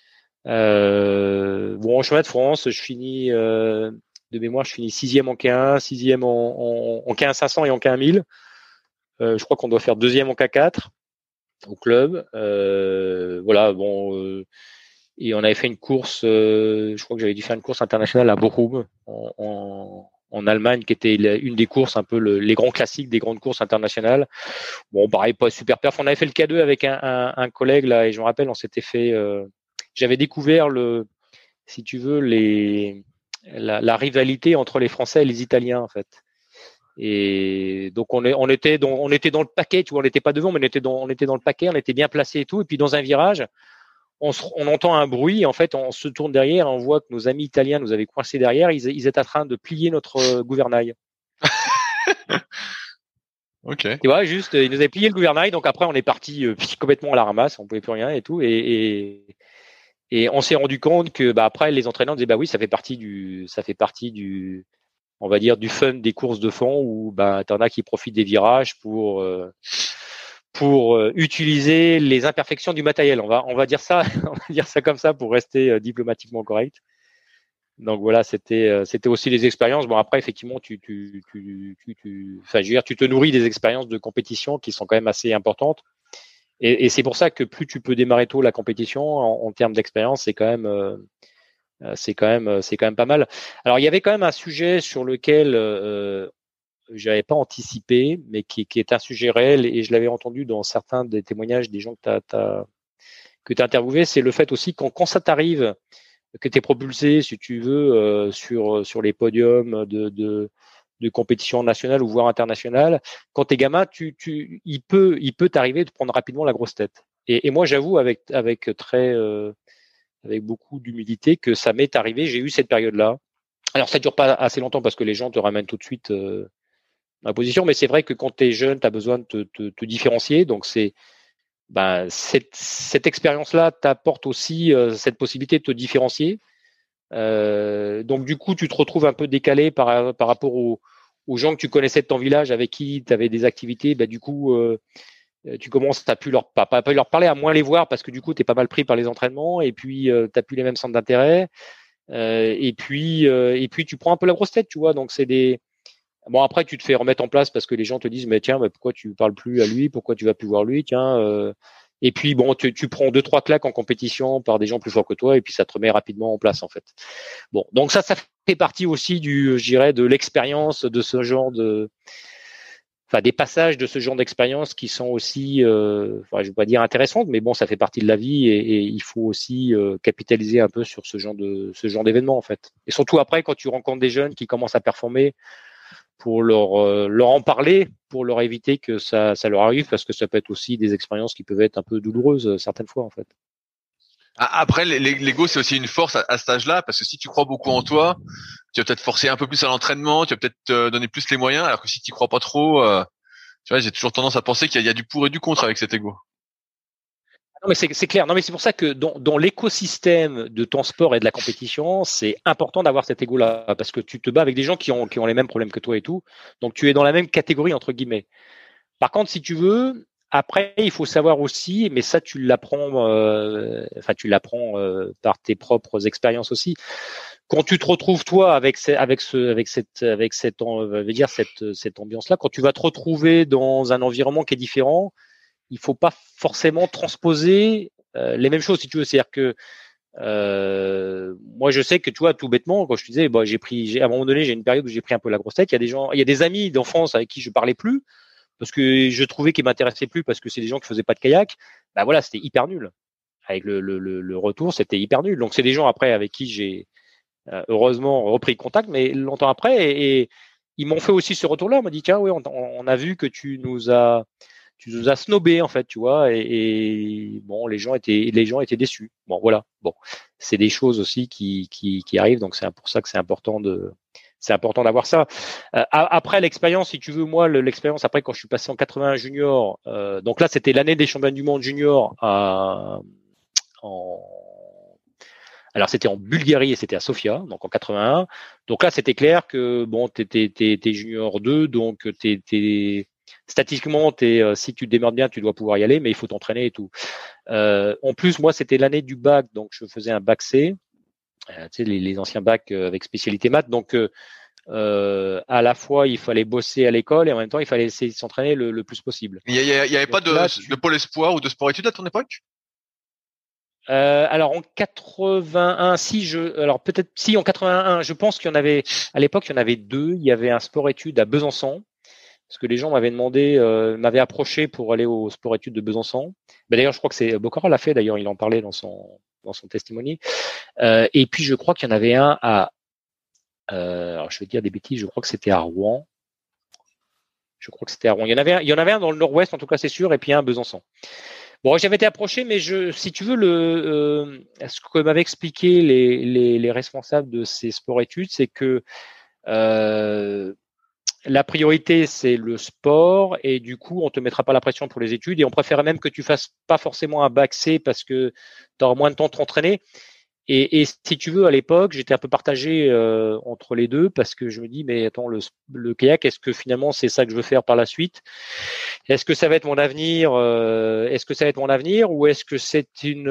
En chemin de France, je finis de mémoire, je finis 6e en K1, 6e en K1 500 et en K1 1000. Je crois qu'on doit faire 2e en K4 au club. Et on avait fait une course. Je crois que j'avais dû faire une course internationale à Bochum en Allemagne, qui était une des courses, un peu les grands classiques des grandes courses internationales. Bon, pareil, pas super perf. On avait fait le K2 avec un collègue là, et je me rappelle, on s'était fait. J'avais découvert si tu veux, la rivalité entre les Français et les Italiens en fait. Et donc on était dans le paquet, tu vois, on n'était pas devant, mais on était dans le paquet, on était bien placé et tout. Et puis dans un virage, on entend un bruit. En fait, on se tourne derrière, on voit que nos amis italiens nous avaient coincés derrière. Ils étaient en train de plier notre gouvernail. Ok. Tu vois, juste, ils nous avaient plié le gouvernail. Donc après, on est parti complètement à la ramasse, on pouvait plus rien et tout. Et on s'est rendu compte que après les entraîneurs disaient oui, ça fait partie du on va dire du fun des courses de fond où t'en as qui profitent des virages pour utiliser les imperfections du matériel. On va dire ça comme ça pour rester diplomatiquement correct. Donc voilà, c'était aussi les expériences. Bon après effectivement tu te nourris des expériences de compétition qui sont quand même assez importantes. Et c'est pour ça que plus tu peux démarrer tôt la compétition en termes d'expérience, c'est quand même pas mal. Alors il y avait quand même un sujet sur lequel j'avais pas anticipé, mais qui est un sujet réel et je l'avais entendu dans certains des témoignages des gens que t'as interviewés, c'est le fait aussi quand ça t'arrive que t'es propulsé, si tu veux, sur les podiums de compétition nationale ou voire internationale, quand t'es gamin, il peut t'arriver de prendre rapidement la grosse tête. Et moi, j'avoue avec beaucoup d'humilité que ça m'est arrivé. J'ai eu cette période-là. Alors, ça dure pas assez longtemps parce que les gens te ramènent tout de suite dans la position, mais c'est vrai que quand t'es jeune, t'as besoin de te différencier. Donc, cette expérience-là t'apporte aussi cette possibilité de te différencier. Donc du coup, tu te retrouves un peu décalé par rapport aux gens que tu connaissais de ton village avec qui tu avais des activités. Du coup, tu commences à plus leur parler, à moins les voir parce que du coup, tu es pas mal pris par les entraînements et puis tu n'as plus les mêmes centres d'intérêt. Et puis tu prends un peu la grosse tête, tu vois. Donc bon, après tu te fais remettre en place parce que les gens te disent mais tiens, pourquoi tu parles plus à lui, pourquoi tu vas plus voir lui, tiens. Et puis bon, tu prends 2-3 claques en compétition par des gens plus forts que toi et puis ça te remet rapidement en place en fait. Bon, donc ça fait partie aussi je dirais, de l'expérience de ce genre des passages de ce genre d'expérience qui sont aussi, je vais pas dire intéressantes, mais bon, ça fait partie de la vie et il faut aussi capitaliser un peu sur ce genre d'événement en fait. Et surtout après quand tu rencontres des jeunes qui commencent à performer, pour leur en parler, pour leur éviter que ça leur arrive, parce que ça peut être aussi des expériences qui peuvent être un peu douloureuses certaines fois en fait. Après, l'ego, c'est aussi une force à cet âge-là, parce que si tu crois beaucoup en toi, tu vas peut-être forcer un peu plus à l'entraînement, tu vas peut-être te donner plus les moyens, alors que si tu crois pas trop, tu vois, j'ai toujours tendance à penser qu'il y a du pour et du contre avec cet ego. Non mais c'est clair. Non mais c'est pour ça que dans l'écosystème de ton sport et de la compétition, c'est important d'avoir cet ego-là parce que tu te bats avec des gens qui ont les mêmes problèmes que toi et tout. Donc tu es dans la même catégorie entre guillemets. Par contre, si tu veux, après il faut savoir aussi, mais ça tu l'apprends, par tes propres expériences aussi. Quand tu te retrouves toi avec cette ambiance-là, quand tu vas te retrouver dans un environnement qui est différent, il faut pas forcément transposer les mêmes choses si tu veux. C'est-à-dire que moi je sais que tu vois tout bêtement quand je te disais à un moment donné j'ai une période où j'ai pris un peu la grosse tête. Il y a des amis d'enfance avec qui je parlais plus parce que je trouvais qu'ils m'intéressaient plus parce que c'est des gens qui faisaient pas de kayak. Voilà, c'était hyper nul. Avec le retour, c'était hyper nul. Donc c'est des gens après avec qui j'ai heureusement repris contact, mais longtemps après et ils m'ont fait aussi ce retour-là. On m'a dit tiens oui on a vu que tu nous as snobé en fait, tu vois, et bon, les gens étaient déçus. Bon, voilà. Bon, c'est des choses aussi qui arrivent, donc c'est pour ça que c'est important d'avoir ça. Après l'expérience, si tu veux, moi, l'expérience après quand je suis passé en 81 junior, donc là c'était l'année des championnats du monde junior alors c'était en Bulgarie et c'était à Sofia, donc en 81. Donc là c'était clair que bon, t'es junior 2, donc statistiquement si tu te démerdes bien, tu dois pouvoir y aller, mais il faut t'entraîner et tout. En plus, moi c'était l'année du bac, donc je faisais un bac C, tu sais les anciens bacs avec spécialité maths, donc à la fois il fallait bosser à l'école et en même temps il fallait essayer de s'entraîner le plus possible. Il y avait pas de pôle espoir ou de sport études à ton époque? Alors en 81, alors peut-être si en 81, je pense qu'il y en avait à l'époque, il y en avait deux. Il y avait un sport-études à Besançon, parce que les gens m'avaient approché pour aller au sport-études de Besançon. D'ailleurs, je crois que c'est Boccara l'a fait. D'ailleurs, il en parlait dans son testimony. Et puis je crois qu'il y en avait un alors je vais dire des bêtises. Je crois que c'était à Rouen. Il y en avait un dans le Nord-Ouest, en tout cas c'est sûr, et puis un à Besançon. Bon, j'avais été approché, mais si tu veux, ce que m'avaient expliqué les responsables de ces sports-études, c'est que la priorité c'est le sport et du coup on te mettra pas la pression pour les études et on préférait même que tu fasses pas forcément un bac C parce que tu auras moins de temps de t'entraîner. Et si tu veux, à l'époque, j'étais un peu partagé entre les deux parce que je me dis, mais attends, le kayak, est-ce que finalement c'est ça que je veux faire par la suite? Est-ce que ça va être mon avenir? Ou est-ce que c'est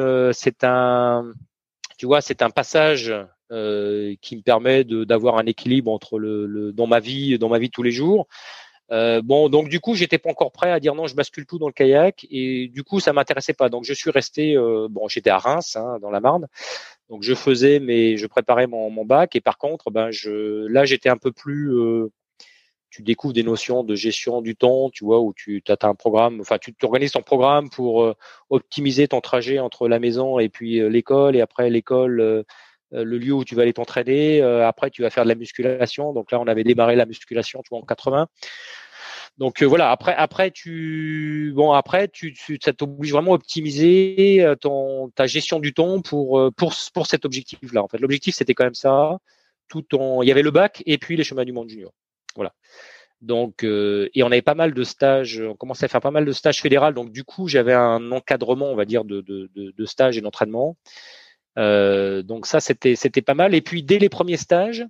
un passage qui me permet d'avoir un équilibre entre dans ma vie de tous les jours. Bon, donc du coup, j'étais pas encore prêt à dire non, je bascule tout dans le kayak et du coup, ça m'intéressait pas. Donc je suis resté, j'étais à Reims, dans la Marne. Donc je préparais mon bac et par contre, là j'étais un peu plus. Tu découvres des notions de gestion du temps, tu vois, où tu as un programme, enfin tu t'organises ton programme pour optimiser ton trajet entre la maison et puis l'école et après l'école. Le lieu où tu vas aller t'entraîner. Après, tu vas faire de la musculation. Donc là, on avait démarré la musculation, tu vois, en 80. Donc voilà. Après, ça t'oblige vraiment à optimiser ta gestion du temps pour cet objectif-là. En fait, l'objectif c'était quand même ça. Il y avait le bac et puis les chemins du monde junior. Voilà. Donc et on avait pas mal de stages. On commençait à faire pas mal de stages fédéraux. Donc du coup, j'avais un encadrement, on va dire, de stages et d'entraînement. Donc ça c'était pas mal et puis dès les premiers stages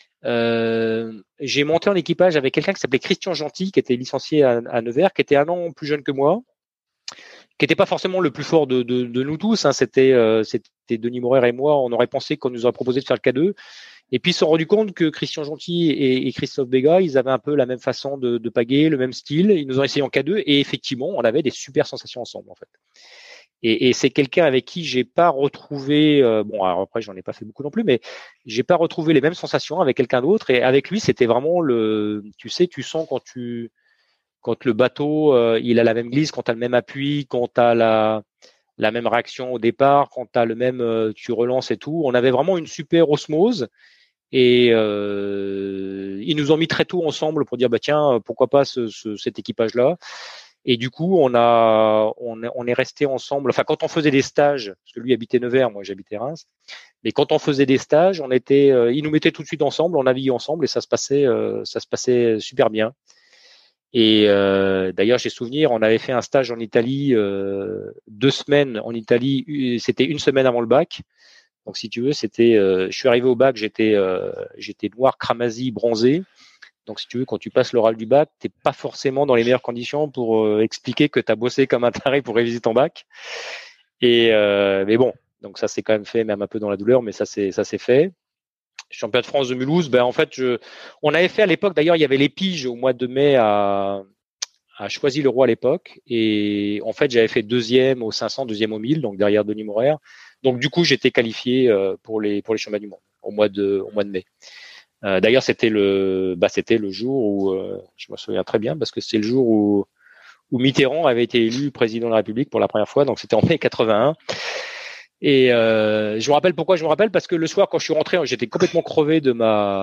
j'ai monté en équipage avec quelqu'un qui s'appelait Christian Gentil qui était licencié à Nevers, qui était un an plus jeune que moi, qui était pas forcément le plus fort de nous tous, c'était Denis Morer et moi. On aurait pensé qu'on nous aurait proposé de faire le K2 et puis ils se sont rendus compte que Christian Gentil et Christophe Béga, ils avaient un peu la même façon de pagayer, le même style. Ils nous ont essayé en K2 et effectivement on avait des super sensations ensemble en fait. Et c'est quelqu'un avec qui j'ai pas retrouvé, alors après j'en ai pas fait beaucoup non plus, mais j'ai pas retrouvé les mêmes sensations avec quelqu'un d'autre. Et avec lui, c'était vraiment tu sens quand le bateau, il a la même glisse, quand t'as le même appui, quand t'as la même réaction au départ, quand t'as le même, tu relances et tout. On avait vraiment une super osmose. Et ils nous ont mis très tôt ensemble pour dire tiens, pourquoi pas cet équipage-là. Et du coup, on est resté ensemble. Enfin, quand on faisait des stages, parce que lui habitait Nevers, moi j'habitais Reims, mais quand on faisait des stages, ils nous mettaient tout de suite ensemble, on naviguait ensemble et ça se passait super bien. Et d'ailleurs, j'ai souvenir, on avait fait un stage en Italie, 2 semaines en Italie. C'était une semaine avant le bac. Donc, si tu veux, je suis arrivé au bac, j'étais noir, cramoisi, bronzé. Donc, si tu veux, quand tu passes l'oral du bac, t'es pas forcément dans les meilleures conditions pour expliquer que tu as bossé comme un taré pour réviser ton bac. Et mais bon, donc ça c'est quand même fait, même un peu dans la douleur, mais ça c'est fait. Championnat de France de Mulhouse, en fait, on avait fait à l'époque. D'ailleurs, il y avait les piges au mois de mai à Choisy-le-Roi à l'époque, et en fait, j'avais fait 2e au 500, 2e au 1000, donc derrière Denis Morer. Donc du coup, j'étais qualifié pour les championnats du monde au mois de mai. D'ailleurs, c'était le jour où je me souviens très bien parce que c'est le jour où Mitterrand avait été élu président de la République pour la première fois, donc c'était en mai 81. Et je me rappelle pourquoi je me rappelle parce que le soir quand je suis rentré, j'étais complètement crevé de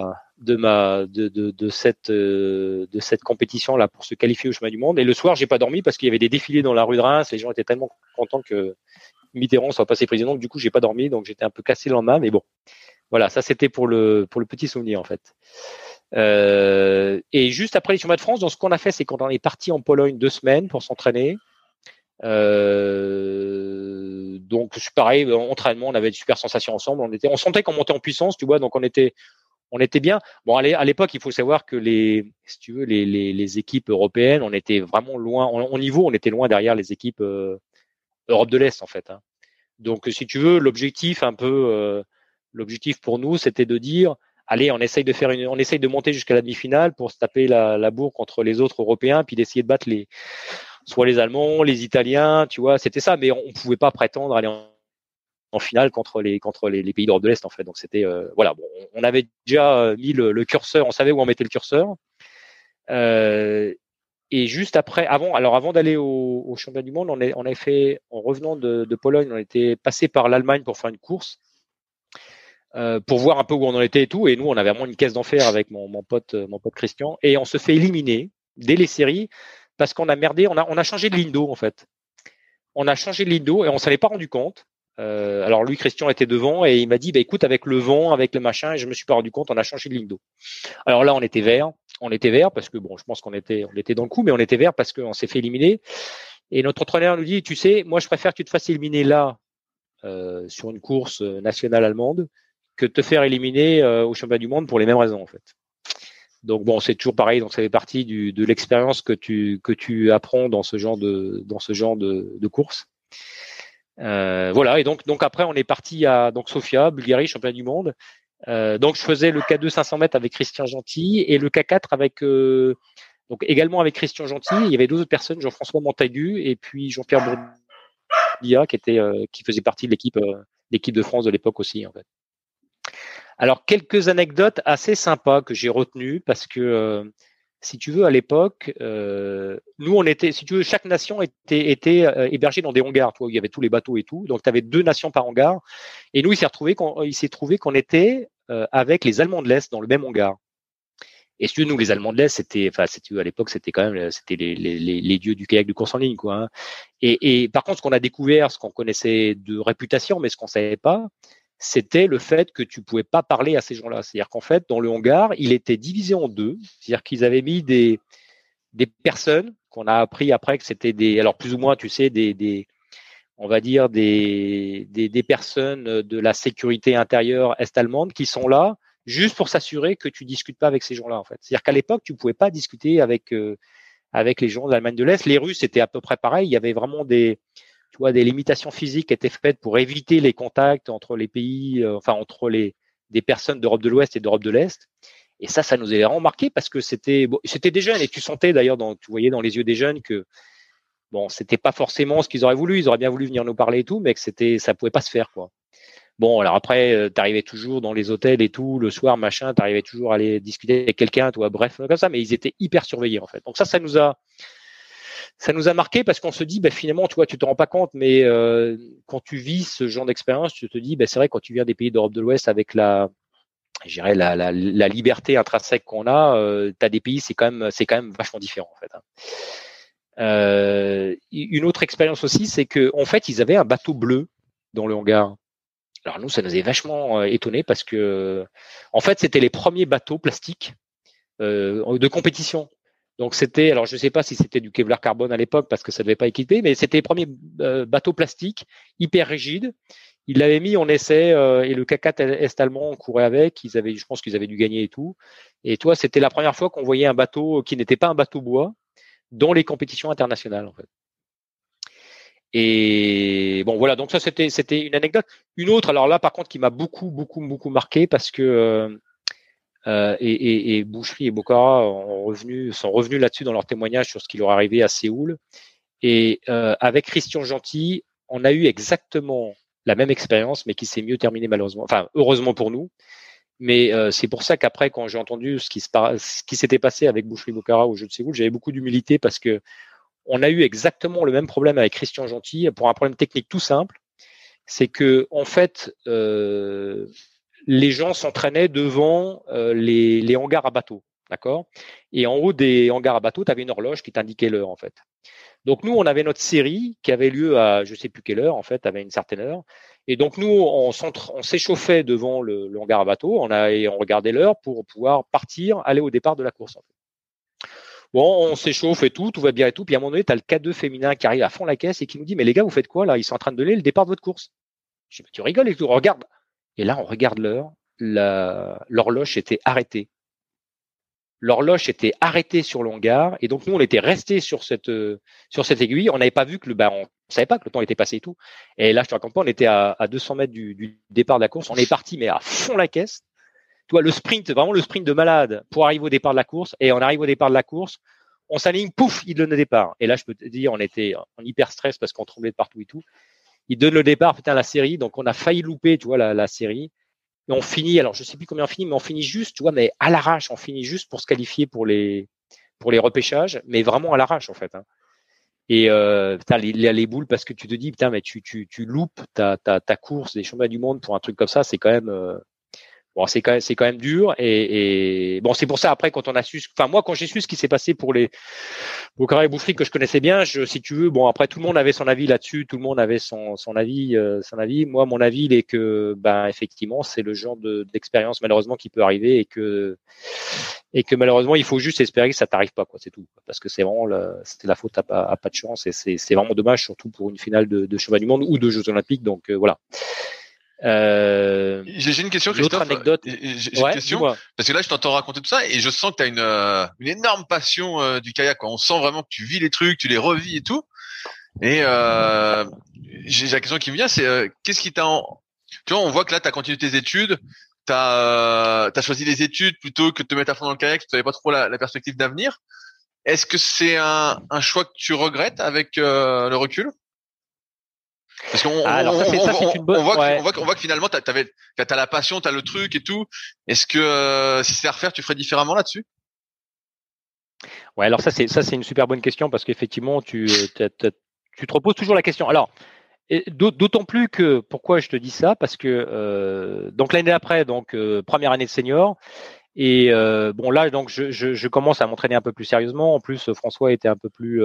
cette compétition là pour se qualifier au chemin du monde. Et le soir, j'ai pas dormi parce qu'il y avait des défilés dans la rue de Reims. Les gens étaient tellement contents que Mitterrand soit passé président. Donc, du coup, j'ai pas dormi, donc j'étais un peu cassé le lendemain. Mais bon, voilà, ça c'était pour le petit souvenir en fait. Et juste après les championnats de France, donc ce qu'on a fait, c'est qu'on est parti en Pologne 2 semaines pour s'entraîner. Donc c'est pareil, entraînement, on avait de super sensations ensemble. On sentait qu'on montait en puissance, tu vois. Donc on était bien. Bon, à l'époque, il faut savoir que si tu veux, les équipes européennes, on était vraiment loin. Au niveau, on était loin derrière les équipes Europe de l'Est en fait. Hein. Donc si tu veux, l'objectif pour nous, c'était de dire, allez, on essaye de monter jusqu'à la demi-finale pour se taper la bourre contre les autres Européens, puis d'essayer de battre soit les Allemands, les Italiens, tu vois, c'était ça, mais on pouvait pas prétendre aller en finale contre les pays d'Europe de l'Est en fait. Donc c'était voilà, bon, on avait déjà mis le curseur, on savait où on mettait le curseur. Et juste après, avant d'aller au championnat du monde, on avait fait, en revenant de Pologne, on était passé par l'Allemagne pour faire une course. Pour voir un peu où on en était et tout. Et nous, on avait vraiment une caisse d'enfer avec mon pote Christian. Et on se fait éliminer dès les séries parce qu'on a merdé. On a changé de ligne d'eau, en fait. On a changé de ligne d'eau et on s'en est pas rendu compte. Alors lui, Christian était devant et il m'a dit, bah écoute, avec le vent, avec le machin, et je me suis pas rendu compte, on a changé de ligne d'eau. Alors là, on était vert parce que bon, je pense qu'on était dans le coup, mais on était vert parce qu'on s'est fait éliminer. Et notre entraîneur nous dit, tu sais, moi je préfère que tu te fasses éliminer là sur une course nationale allemande que de te faire éliminer au championnat du monde pour les mêmes raisons en fait. Donc bon, c'est toujours pareil. Donc ça fait partie de l'expérience que tu apprends dans ce genre de course. Voilà. Et donc après on est parti à Sofia, Bulgarie, championnat du monde. Donc je faisais le K2 500 mètres avec Christian Gentil et le K4 avec donc également avec Christian Gentil. Il y avait 2 autres personnes, Jean-François Montaigu et puis Jean-Pierre Bourdia qui faisait partie de l'équipe de France de l'époque aussi en fait. Alors, quelques anecdotes assez sympas que j'ai retenues parce que, si tu veux, à l'époque, nous, si tu veux, chaque nation était hébergée dans des hangars, tu vois, où il y avait tous les bateaux et tout. Donc, tu avais 2 nations par hangar. Et nous, il s'est trouvé qu'on était avec les Allemands de l'Est dans le même hangar. Et si tu veux, nous, les Allemands de l'Est, si tu veux, à l'époque, c'était quand même, c'était les dieux du kayak de course en ligne, quoi. Hein. Et par contre, ce qu'on a découvert, ce qu'on connaissait de réputation, mais ce qu'on savait pas, c'était le fait que tu pouvais pas parler à ces gens-là. C'est-à-dire qu'en fait, dans le hangar, il était divisé en 2. C'est-à-dire qu'ils avaient mis des personnes qu'on a appris après que c'était alors plus ou moins, tu sais, on va dire des personnes de la sécurité intérieure est-allemande qui sont là juste pour s'assurer que tu discutes pas avec ces gens-là, en fait. C'est-à-dire qu'à l'époque, tu pouvais pas discuter avec les gens de l'Allemagne de l'Est. Les Russes, c'était à peu près pareil. Il y avait vraiment des limitations physiques qui étaient faites pour éviter les contacts entre les pays, entre des personnes d'Europe de l'Ouest et d'Europe de l'Est. Et ça nous avait vraiment marqué parce que c'était des jeunes et tu sentais d'ailleurs, tu voyais dans les yeux des jeunes que bon, c'était pas forcément ce qu'ils auraient voulu. Ils auraient bien voulu venir nous parler et tout, mais que ça pouvait pas se faire, quoi. Bon, alors après, t'arrivais toujours dans les hôtels et tout, le soir, machin, t'arrivais toujours à aller discuter avec quelqu'un, bref, comme ça, mais ils étaient hyper surveillés, en fait. Donc ça nous a marqué parce qu'on se dit, finalement, tu te rends pas compte, mais quand tu vis ce genre d'expérience, tu te dis, c'est vrai, quand tu viens des pays d'Europe de l'Ouest avec la liberté intrinsèque qu'on a, t'as des pays, c'est quand même vachement différent en fait. Hein. Une autre expérience aussi, c'est que en fait, ils avaient un bateau bleu dans le hangar. Alors nous, ça nous avait vachement étonné parce que, en fait, c'était les premiers bateaux plastiques de compétition. Donc c'était, alors je sais pas si c'était du Kevlar carbone à l'époque parce que ça devait pas équiper, mais c'était les premiers bateaux plastiques hyper rigides. Ils l'avaient mis en essai et le K4 Est allemand courait avec. Je pense qu'ils avaient dû gagner et tout. Et toi, c'était la première fois qu'on voyait un bateau qui n'était pas un bateau bois dans les compétitions internationales en fait. Et bon voilà, donc ça c'était une anecdote. Une autre, alors là par contre qui m'a beaucoup marqué parce que et Boucherie et Bocara sont revenus là-dessus dans leur témoignage sur ce qui leur est arrivé à Séoul. Et avec Christian Gentil, on a eu exactement la même expérience, mais qui s'est mieux terminée malheureusement. Enfin, heureusement pour nous. Mais c'est pour ça qu'après, quand j'ai entendu ce qui s'était passé avec Boucherie Bocara au Jeu de Séoul, j'avais beaucoup d'humilité parce que on a eu exactement le même problème avec Christian Gentil pour un problème technique tout simple. c'est que en fait, les gens s'entraînaient devant les hangars à bateaux, d'accord. Et en haut des hangars à bateaux, tu avais une horloge qui t'indiquait l'heure en fait. Donc nous, on avait notre série qui avait lieu à je sais plus quelle heure en fait, avait une certaine heure. Et donc nous, on s'échauffait devant le hangar à bateau, et on regardait l'heure pour pouvoir partir, aller au départ de la course. En fait. Bon, on s'échauffe et tout va bien et tout. Puis à un moment donné, tu as le K2 féminin qui arrive à fond la caisse et qui nous dit, mais les gars, vous faites quoi là? Ils sont en train de donner le départ de votre course. Je dis, tu rigoles et tout, regarde. Et là, on regarde l'heure. L'horloge était arrêtée. L'horloge était arrêtée sur le hangar. Et donc, nous, on était restés sur cette aiguille. On n'avait pas vu on savait pas que le temps était passé et tout. Et là, je te raconte pas, on était à 200 mètres du départ de la course. On est parti, mais à fond la caisse. Tu vois, le sprint, vraiment le sprint de malade pour arriver au départ de la course. Et on arrive au départ de la course. On s'aligne, pouf, il donne le départ. Et là, je peux te dire, on était en hyper stress parce qu'on tremblait de partout et tout. Il donne le départ, putain, la série. Donc, on a failli louper, tu vois, la série. Et on finit, alors je sais plus combien on finit, mais on finit juste, tu vois, mais à l'arrache, on finit juste pour se qualifier pour les repêchages, mais vraiment à l'arrache, en fait. Hein. Et putain, les boules, parce que tu te dis, putain, mais tu loupes ta course des championnats du monde pour un truc comme ça, c'est quand même. Bon, c'est quand même dur et bon, c'est pour ça après quand on a su, enfin moi quand j'ai su ce qui s'est passé pour Carré Boucherie que je connaissais bien, si tu veux, bon après tout le monde avait son avis là-dessus, tout le monde avait son avis, Moi, mon avis, il est que ben effectivement, c'est le genre d'expérience malheureusement qui peut arriver et que malheureusement il faut juste espérer que ça t'arrive pas quoi, c'est tout, parce que c'est vraiment c'était la faute à pas de chance et c'est vraiment dommage surtout pour une finale de championnat du monde ou de Jeux Olympiques, donc voilà. J'ai une question, Christophe. Autre anecdote. J'ai une question parce que là je t'entends raconter tout ça et je sens que tu as une énorme passion du kayak quoi. On sent vraiment que tu vis les trucs, tu les revis et tout. Et j'ai la question qui me vient, c'est qu'est-ce qui t'a tu vois, on voit que là tu as continué tes études, t'as choisi les études plutôt que de te mettre à fond dans le kayak, tu savais pas trop la perspective d'avenir. Est-ce que c'est un choix que tu regrettes avec le recul? Parce qu'on voit que finalement t'as la passion, t'as le truc et tout. Est-ce que si c'est à refaire, tu ferais différemment là-dessus? Ouais, alors ça c'est une super bonne question parce qu'effectivement tu te reposes toujours la question. Alors d'autant plus que pourquoi je te dis ça, parce que donc l'année d'après, donc première année de senior, et bon là donc je commence à m'entraîner un peu plus sérieusement. En plus François était un peu plus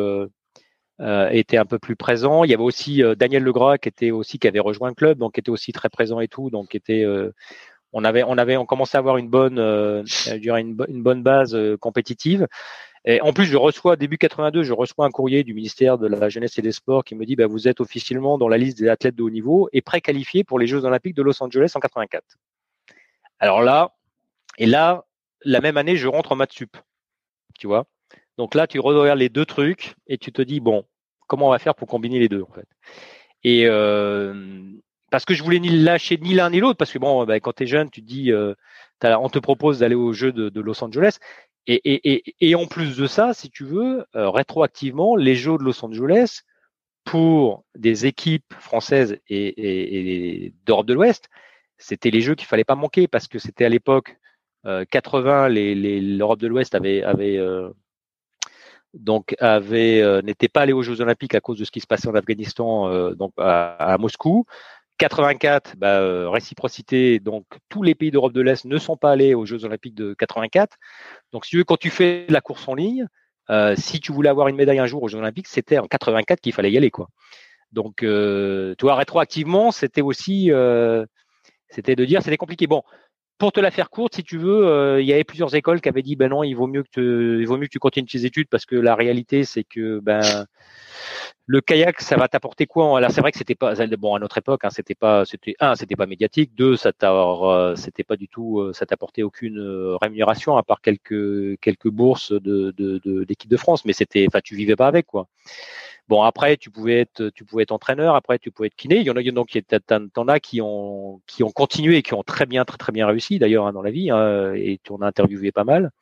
présent. Il y avait aussi Daniel Legras qui avait rejoint le club, donc qui était aussi très présent et tout, donc on commençait à avoir une bonne base compétitive. Et en plus, début 82, je reçois un courrier du ministère de la Jeunesse et des Sports qui me dit, vous êtes officiellement dans la liste des athlètes de haut niveau et préqualifiés pour les Jeux Olympiques de Los Angeles en 84. Alors là, la même année, je rentre en maths sup, tu vois. Donc là, tu regardes les deux trucs et tu te dis, bon, comment on va faire pour combiner les deux, en fait. Et parce que je voulais ni lâcher ni l'un ni l'autre, parce que bon, quand tu es jeune, tu te dis, on te propose d'aller aux Jeux de Los Angeles. Et en plus de ça, si tu veux, rétroactivement, les Jeux de Los Angeles, pour des équipes françaises et d'Europe de l'Ouest, c'était les Jeux qu'il fallait pas manquer, parce que c'était à l'époque 80, l'Europe de l'Ouest n'était pas allé aux Jeux Olympiques à cause de ce qui se passait en Afghanistan, donc à Moscou. 84, réciprocité, donc tous les pays d'Europe de l'Est ne sont pas allés aux Jeux Olympiques de 84. Donc si tu veux, quand tu fais la course en ligne, si tu voulais avoir une médaille un jour aux Jeux Olympiques, c'était en 84 qu'il fallait y aller, quoi. Donc tu vois, rétroactivement, c'était aussi c'était de dire c'était compliqué. Bon, pour te la faire courte, si tu veux, il y avait plusieurs écoles qui avaient dit non, il vaut mieux que tu continues tes études, parce que la réalité c'est que le kayak, ça va t'apporter quoi? Alors c'est vrai que c'était pas à notre époque, hein, c'était pas médiatique. Deux, c'était pas du tout, ça t'apportait aucune rémunération à part quelques bourses de l'équipe de France, mais tu vivais pas avec, quoi. Bon, après, tu pouvais être entraîneur, après tu pouvais être kiné. Il y en a donc t'en as qui ont continué et qui ont très bien réussi d'ailleurs, hein, dans la vie, hein, et tu en as interviewé pas mal.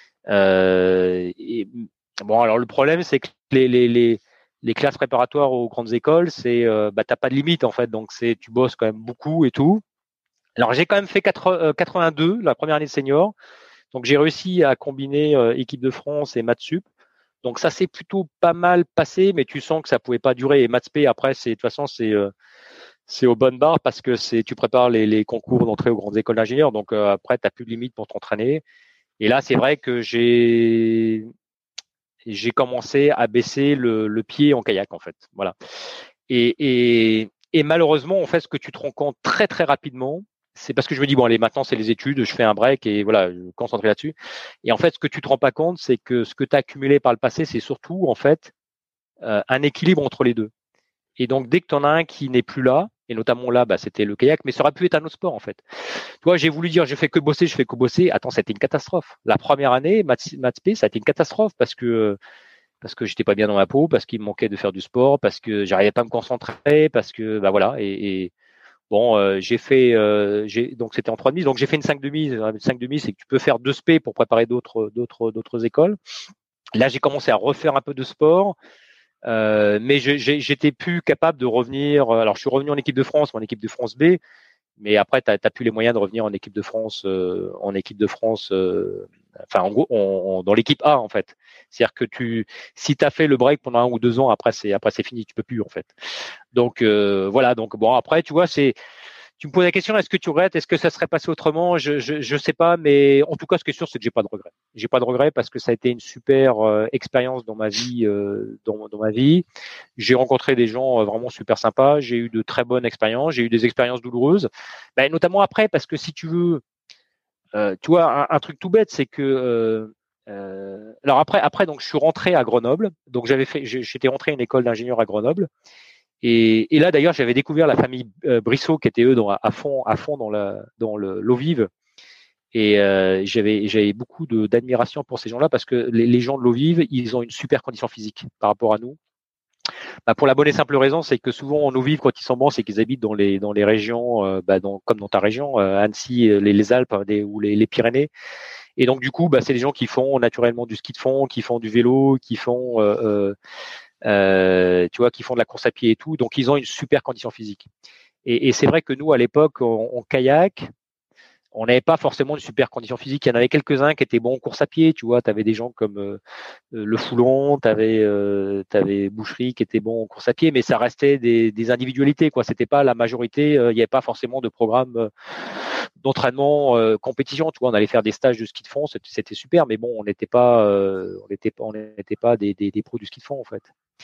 Et bon, alors le problème c'est que les classes préparatoires aux grandes écoles, c'est t'as pas de limite, en fait, donc tu bosses quand même beaucoup et tout. Alors j'ai quand même fait 82 la première année de senior, donc j'ai réussi à combiner équipe de France et maths sup. Donc ça s'est plutôt pas mal passé, mais tu sens que ça pouvait pas durer. Et maths P après, de toute façon c'est c'est aux bonnes barres parce que tu prépares les concours d'entrée aux grandes écoles d'ingénieurs. Donc après, tu n'as plus de limite pour t'entraîner. Et là, c'est vrai que j'ai commencé à baisser le pied en kayak, en fait. Voilà. Et malheureusement, en fait, ce que tu te rends compte très, très rapidement, c'est parce que je me dis, bon, allez, maintenant, c'est les études, je fais un break et voilà, je me concentrer là-dessus. Et en fait, ce que tu te rends pas compte, c'est que ce que tu as accumulé par le passé, c'est surtout, en fait, un équilibre entre les deux. Et donc, dès que tu en as un qui n'est plus là, et notamment là, c'était le kayak, mais ça aurait pu être un autre sport, en fait. Tu vois, j'ai voulu dire, je fais que bosser. Attends, ça a été une catastrophe. La première année, maths P, ça a été une catastrophe parce que j'étais pas bien dans ma peau, parce qu'il me manquait de faire du sport, parce que j'arrivais pas à me concentrer, parce que voilà. Et bon, donc c'était en 3,5, donc j'ai fait une 5,5. Une 5,5, c'est que tu peux faire 2 SP pour préparer d'autres écoles. Là, j'ai commencé à refaire un peu de sport. Mais j'étais plus capable de revenir. Alors, je suis revenu en équipe de France, en équipe de France B, mais après, tu n'as plus les moyens de revenir en équipe de France, enfin, en gros, dans l'équipe A, en fait. C'est-à-dire que si tu as fait le break pendant 1 ou 2 ans, après c'est fini, tu peux plus, en fait. Donc, voilà. Donc, bon, après, tu vois, tu me poses la question, est-ce que tu regrettes, est-ce que ça serait passé autrement? Je sais pas, mais en tout cas, ce qui est sûr, c'est que j'ai pas de regrets. J'ai pas de regrets parce que ça a été une super expérience dans ma vie, dans ma vie. J'ai rencontré des gens vraiment super sympas. J'ai eu de très bonnes expériences. J'ai eu des expériences douloureuses, notamment après, parce que si tu veux, tu vois, un truc tout bête, c'est que alors après, donc je suis rentré à Grenoble. Donc j'étais rentré à une école d'ingénieur à Grenoble. Et là, d'ailleurs, j'avais découvert la famille Brissot, qui était eux à fond dans l'eau vive. Et j'avais beaucoup d'admiration pour ces gens-là parce que les gens de l'eau vive, ils ont une super condition physique par rapport à nous. Pour la bonne et simple raison, c'est que souvent en eau vive, quand ils sont bons, c'est qu'ils habitent dans les régions, comme dans ta région, Annecy, les Alpes ou les Pyrénées. Et donc du coup, c'est des gens qui font naturellement du ski de fond, qui font du vélo, qui font tu vois, qui font de la course à pied et tout. Donc, ils ont une super condition physique. Et c'est vrai que nous, à l'époque, en kayak, on n'avait pas forcément une super condition physique. Il y en avait quelques-uns qui étaient bons en course à pied. Tu vois, tu avais des gens comme Le Foulon, tu avais Boucherie qui était bon en course à pied, mais ça restait des individualités, quoi. C'était pas la majorité. Il n'y avait pas forcément de programme d'entraînement compétition. Tu vois, on allait faire des stages de ski de fond, c'était super, mais bon, on n'était pas des pros du ski de fond, en fait.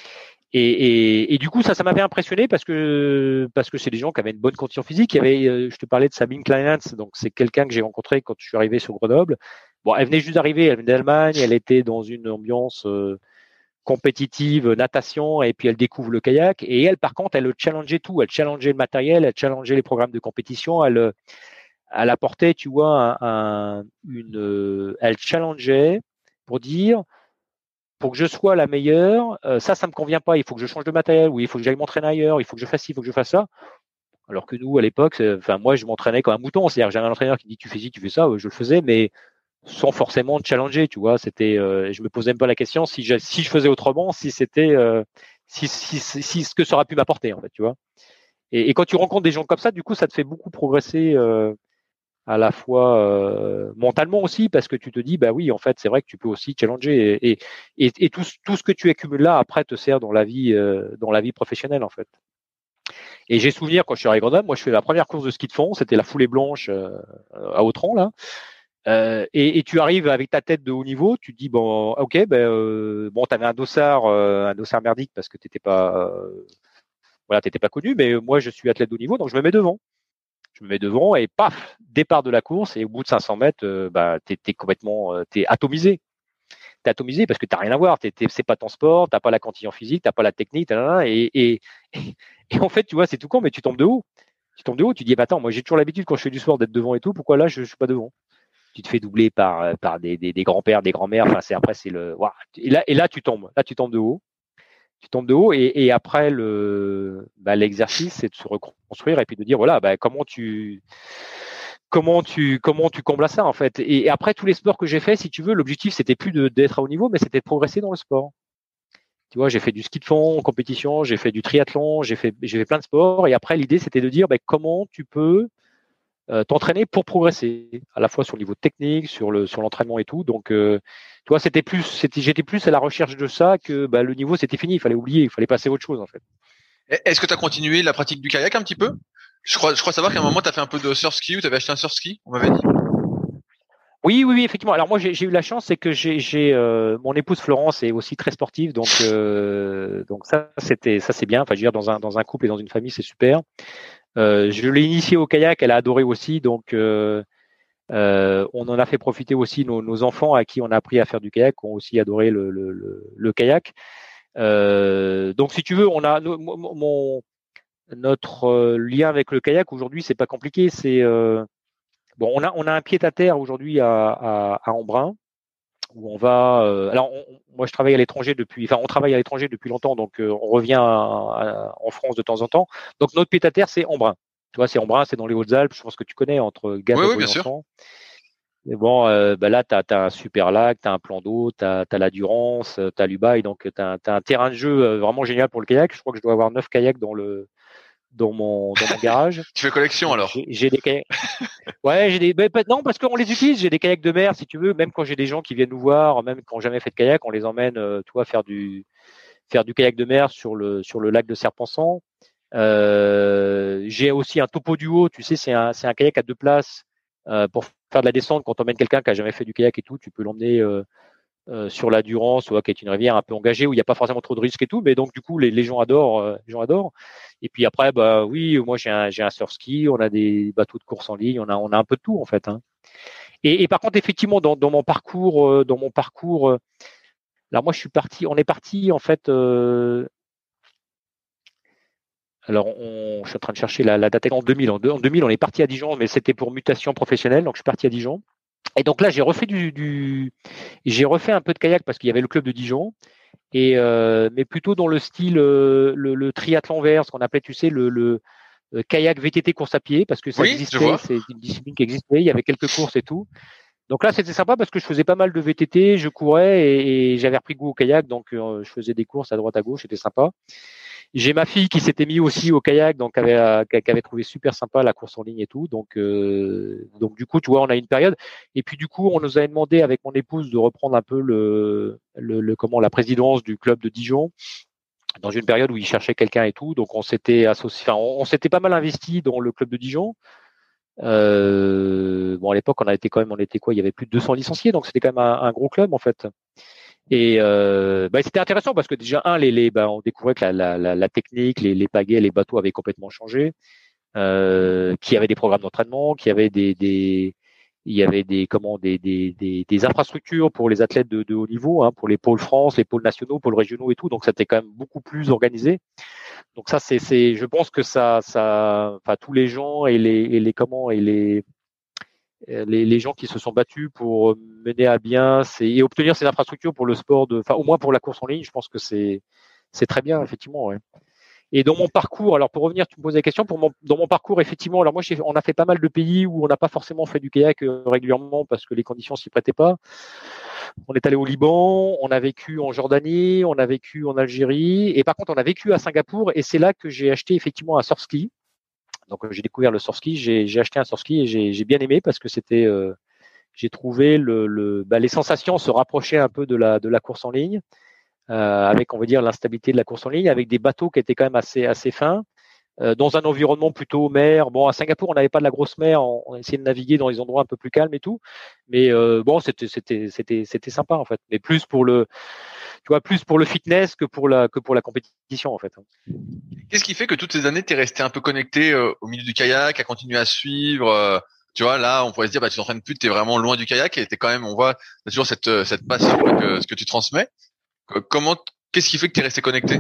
Et du coup, ça m'avait impressionné parce que c'est des gens qui avaient une bonne condition physique. Il y avait, je te parlais de Sabine Kleinans, donc c'est quelqu'un que j'ai rencontré quand je suis arrivé sur Grenoble. Bon, elle venait juste d'arriver, elle venait d'Allemagne, elle était dans une ambiance compétitive, natation, et puis elle découvre le kayak. Et elle, par contre, elle challengeait tout. Elle challengeait le matériel, elle challengeait les programmes de compétition. Elle apportait, tu vois, elle challengeait pour dire, pour que je sois la meilleure, ça me convient pas, il faut que je change de matériel, ou il faut que j'aille m'entraîner ailleurs, il faut que je fasse ci, il faut que je fasse ça. Alors que nous, à l'époque, moi, je m'entraînais comme un mouton, c'est-à-dire que j'avais un entraîneur qui dit tu fais ci, tu fais ça, je le faisais, mais sans forcément challenger, tu vois. Je me posais même pas la question si je faisais autrement, si c'était, si ce que ça aurait pu m'apporter, en fait, tu vois. Et quand tu rencontres des gens comme ça, du coup, ça te fait beaucoup progresser à la fois mentalement aussi, parce que tu te dis, oui, en fait, c'est vrai que tu peux aussi challenger et tout ce que tu accumules là après te sert dans la vie professionnelle, en fait. Et j'ai souvenir quand je suis arrivé à Grenoble, moi je fais la première course de ski de fond, c'était la foulée blanche à Autran là. Et tu arrives avec ta tête de haut niveau, tu te dis bon, ok, t'avais un dossard merdique parce que t'étais pas connu, mais moi je suis athlète de haut niveau, donc je me mets devant. Je me mets devant et paf, départ de la course et au bout de 500 mètres, t'es complètement, t'es atomisé. T'es atomisé parce que t'as rien à voir. C'est pas ton sport, t'as pas la condition physique, t'as pas la technique, et en fait, tu vois, c'est tout con, mais tu tombes de haut. Tu dis, attends, moi j'ai toujours l'habitude quand je fais du sport d'être devant et tout. Pourquoi là je suis pas devant? Tu te fais doubler par des grands-pères, des grands-mères. Enfin, après c'est le. Wow. Et là tu tombes. Là tu tombes de haut. Et après l'exercice, c'est de se reconstruire et puis de dire voilà, comment tu combles à ça, en fait. Et après tous les sports que j'ai fait, si tu veux, l'objectif c'était plus d'être à haut niveau, mais c'était de progresser dans le sport. Tu vois, j'ai fait du ski de fond en compétition, j'ai fait du triathlon, j'ai fait plein de sports. Et après l'idée c'était de dire comment tu peux t'entraîner pour progresser, à la fois sur le niveau technique, sur l'entraînement et tout. Donc, tu vois, j'étais plus à la recherche de ça que le niveau c'était fini, il fallait oublier, il fallait passer à autre chose, en fait. Est-ce que tu as continué la pratique du kayak un petit peu? Je crois savoir qu'à un moment tu as fait un peu de surf ski ou tu avais acheté un surf ski, on m'avait dit. Oui, effectivement. Alors moi, j'ai eu la chance, c'est que j'ai mon épouse Florence est aussi très sportive, donc ça c'est bien. Enfin, je veux dire dans un couple et dans une famille, c'est super. Je l'ai initiée au kayak, elle a adoré aussi, donc on en a fait profiter aussi nos enfants à qui on a appris à faire du kayak, ont aussi adoré le kayak. Donc si tu veux, on a notre lien avec le kayak aujourd'hui, c'est pas compliqué, c'est bon, on a un pied-à-terre aujourd'hui à Embrun où on va. Moi, je travaille à l'étranger on travaille à l'étranger depuis longtemps, donc on revient en France de temps en temps. Donc notre pied-à-terre, c'est Embrun. Tu vois, c'est Embrun, c'est dans les Hautes-Alpes. Je pense que tu connais entre Gap Oui, et oui, bien sûr. Briançon. Et bon, là, t'as un super lac, t'as un plan d'eau, t'as la Durance, t'as l'Ubaye, donc t'as un terrain de jeu vraiment génial pour le kayak. Je crois que je dois avoir 9 kayaks dans mon garage. Tu fais collection Donc alors. j'ai des kayaks. Ouais, non, parce qu'on les utilise. J'ai des kayaks de mer, si tu veux. Même quand j'ai des gens qui viennent nous voir, même qui n'ont jamais fait de kayak, on les emmène, tu vois, faire du kayak de mer sur le lac de Serpensan. J'ai aussi un topo duo. Tu sais, c'est un kayak à 2 places pour faire de la descente. Quand on emmène quelqu'un qui a jamais fait du kayak et tout, tu peux l'emmener sur la Durance, qui est une rivière un peu engagée où il n'y a pas forcément trop de risques et tout, mais donc du coup les gens adorent, les gens adorent. Et puis après, bah oui, moi j'ai un surf ski, on a des bateaux de course en ligne, on a un peu de tout en fait. Hein. Et par contre, effectivement, dans mon parcours, alors moi on est parti en fait. Alors, je suis en train de chercher la date en 2000. En 2000, on est parti à Dijon, mais c'était pour mutation professionnelle, donc je suis parti à Dijon. Et donc là, j'ai refait un peu de kayak parce qu'il y avait le club de Dijon, mais plutôt dans le style le triathlon vert, ce qu'on appelait, tu sais, le kayak VTT course à pied, parce que ça Oui, je existait, vois. c'est une discipline qui existait, il y avait quelques courses et tout. Donc là, c'était sympa parce que je faisais pas mal de VTT, je courais et j'avais repris goût au kayak, donc je faisais des courses à droite à gauche, c'était sympa. J'ai ma fille qui s'était mise aussi au kayak, donc qui avait trouvé super sympa la course en ligne et tout. Donc du coup, tu vois, on a une période. Et puis du coup, on nous avait demandé avec mon épouse de reprendre un peu la présidence du club de Dijon dans une période où il cherchait quelqu'un et tout. Donc on s'était associé, enfin on s'était pas mal investi dans le club de Dijon. Bon, à l'époque, on était quoi? Il y avait plus de 200 licenciés, donc c'était quand même un gros club en fait. Et c'était intéressant parce que déjà on découvrait que la technique, les pagaies, les bateaux avaient complètement changé, qu'il y avait des programmes d'entraînement, qu'il y avait il y avait des infrastructures pour les athlètes de haut niveau, hein, pour les pôles France, les pôles nationaux, pôles régionaux et tout. Donc c'était quand même beaucoup plus organisé. Donc ça je pense que enfin tous les gens et les gens qui se sont battus pour mener à bien et obtenir ces infrastructures pour le sport enfin au moins pour la course en ligne, je pense que c'est très bien effectivement. Ouais. Et dans mon parcours, alors pour revenir, tu me posais la question, dans mon parcours effectivement, alors moi on a fait pas mal de pays où on n'a pas forcément fait du kayak régulièrement parce que les conditions s'y prêtaient pas. On est allé au Liban, on a vécu en Jordanie, on a vécu en Algérie et par contre on a vécu à Singapour et c'est là que j'ai acheté effectivement un surf ski. Donc j'ai découvert le surf ski, j'ai acheté un surf ski et j'ai bien aimé parce que j'ai trouvé les sensations se rapprochaient un peu de la course en ligne, avec on va dire l'instabilité de la course en ligne, avec des bateaux qui étaient quand même assez fins, dans un environnement plutôt mer. Bon, à Singapour on n'avait pas de la grosse mer, on essayait de naviguer dans des endroits un peu plus calmes et tout, mais bon c'était sympa en fait, mais plus pour le fitness que pour la compétition en fait. Qu'est-ce qui fait que toutes ces années, t'es resté un peu connecté au milieu du kayak, à continuer à suivre tu vois, là, on pourrait se dire, bah, tu t'entraînes plus, t'es vraiment loin du kayak et t'es quand même, on voit, t'as toujours cette passion là, ce que tu transmets. Qu'est-ce qui fait que t'es resté connecté?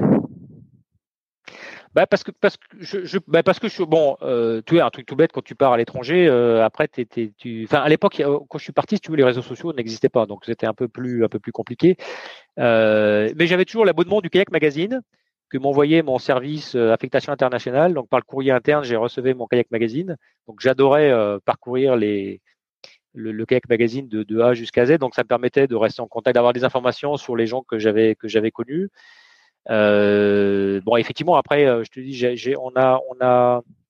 Parce que bon, tu vois un truc tout bête quand tu pars à l'étranger, après enfin à l'époque quand je suis parti, si tu veux, les réseaux sociaux n'existaient pas, donc c'était un peu plus compliqué. Mais j'avais toujours l'abonnement du Kayak Magazine que m'envoyait mon service affectation internationale. Donc par le courrier interne, j'ai reçu mon Kayak Magazine. Donc j'adorais parcourir le Kayak Magazine de A jusqu'à Z. Donc ça me permettait de rester en contact, d'avoir des informations sur les gens que j'avais connus. Bon, effectivement, après, je te dis,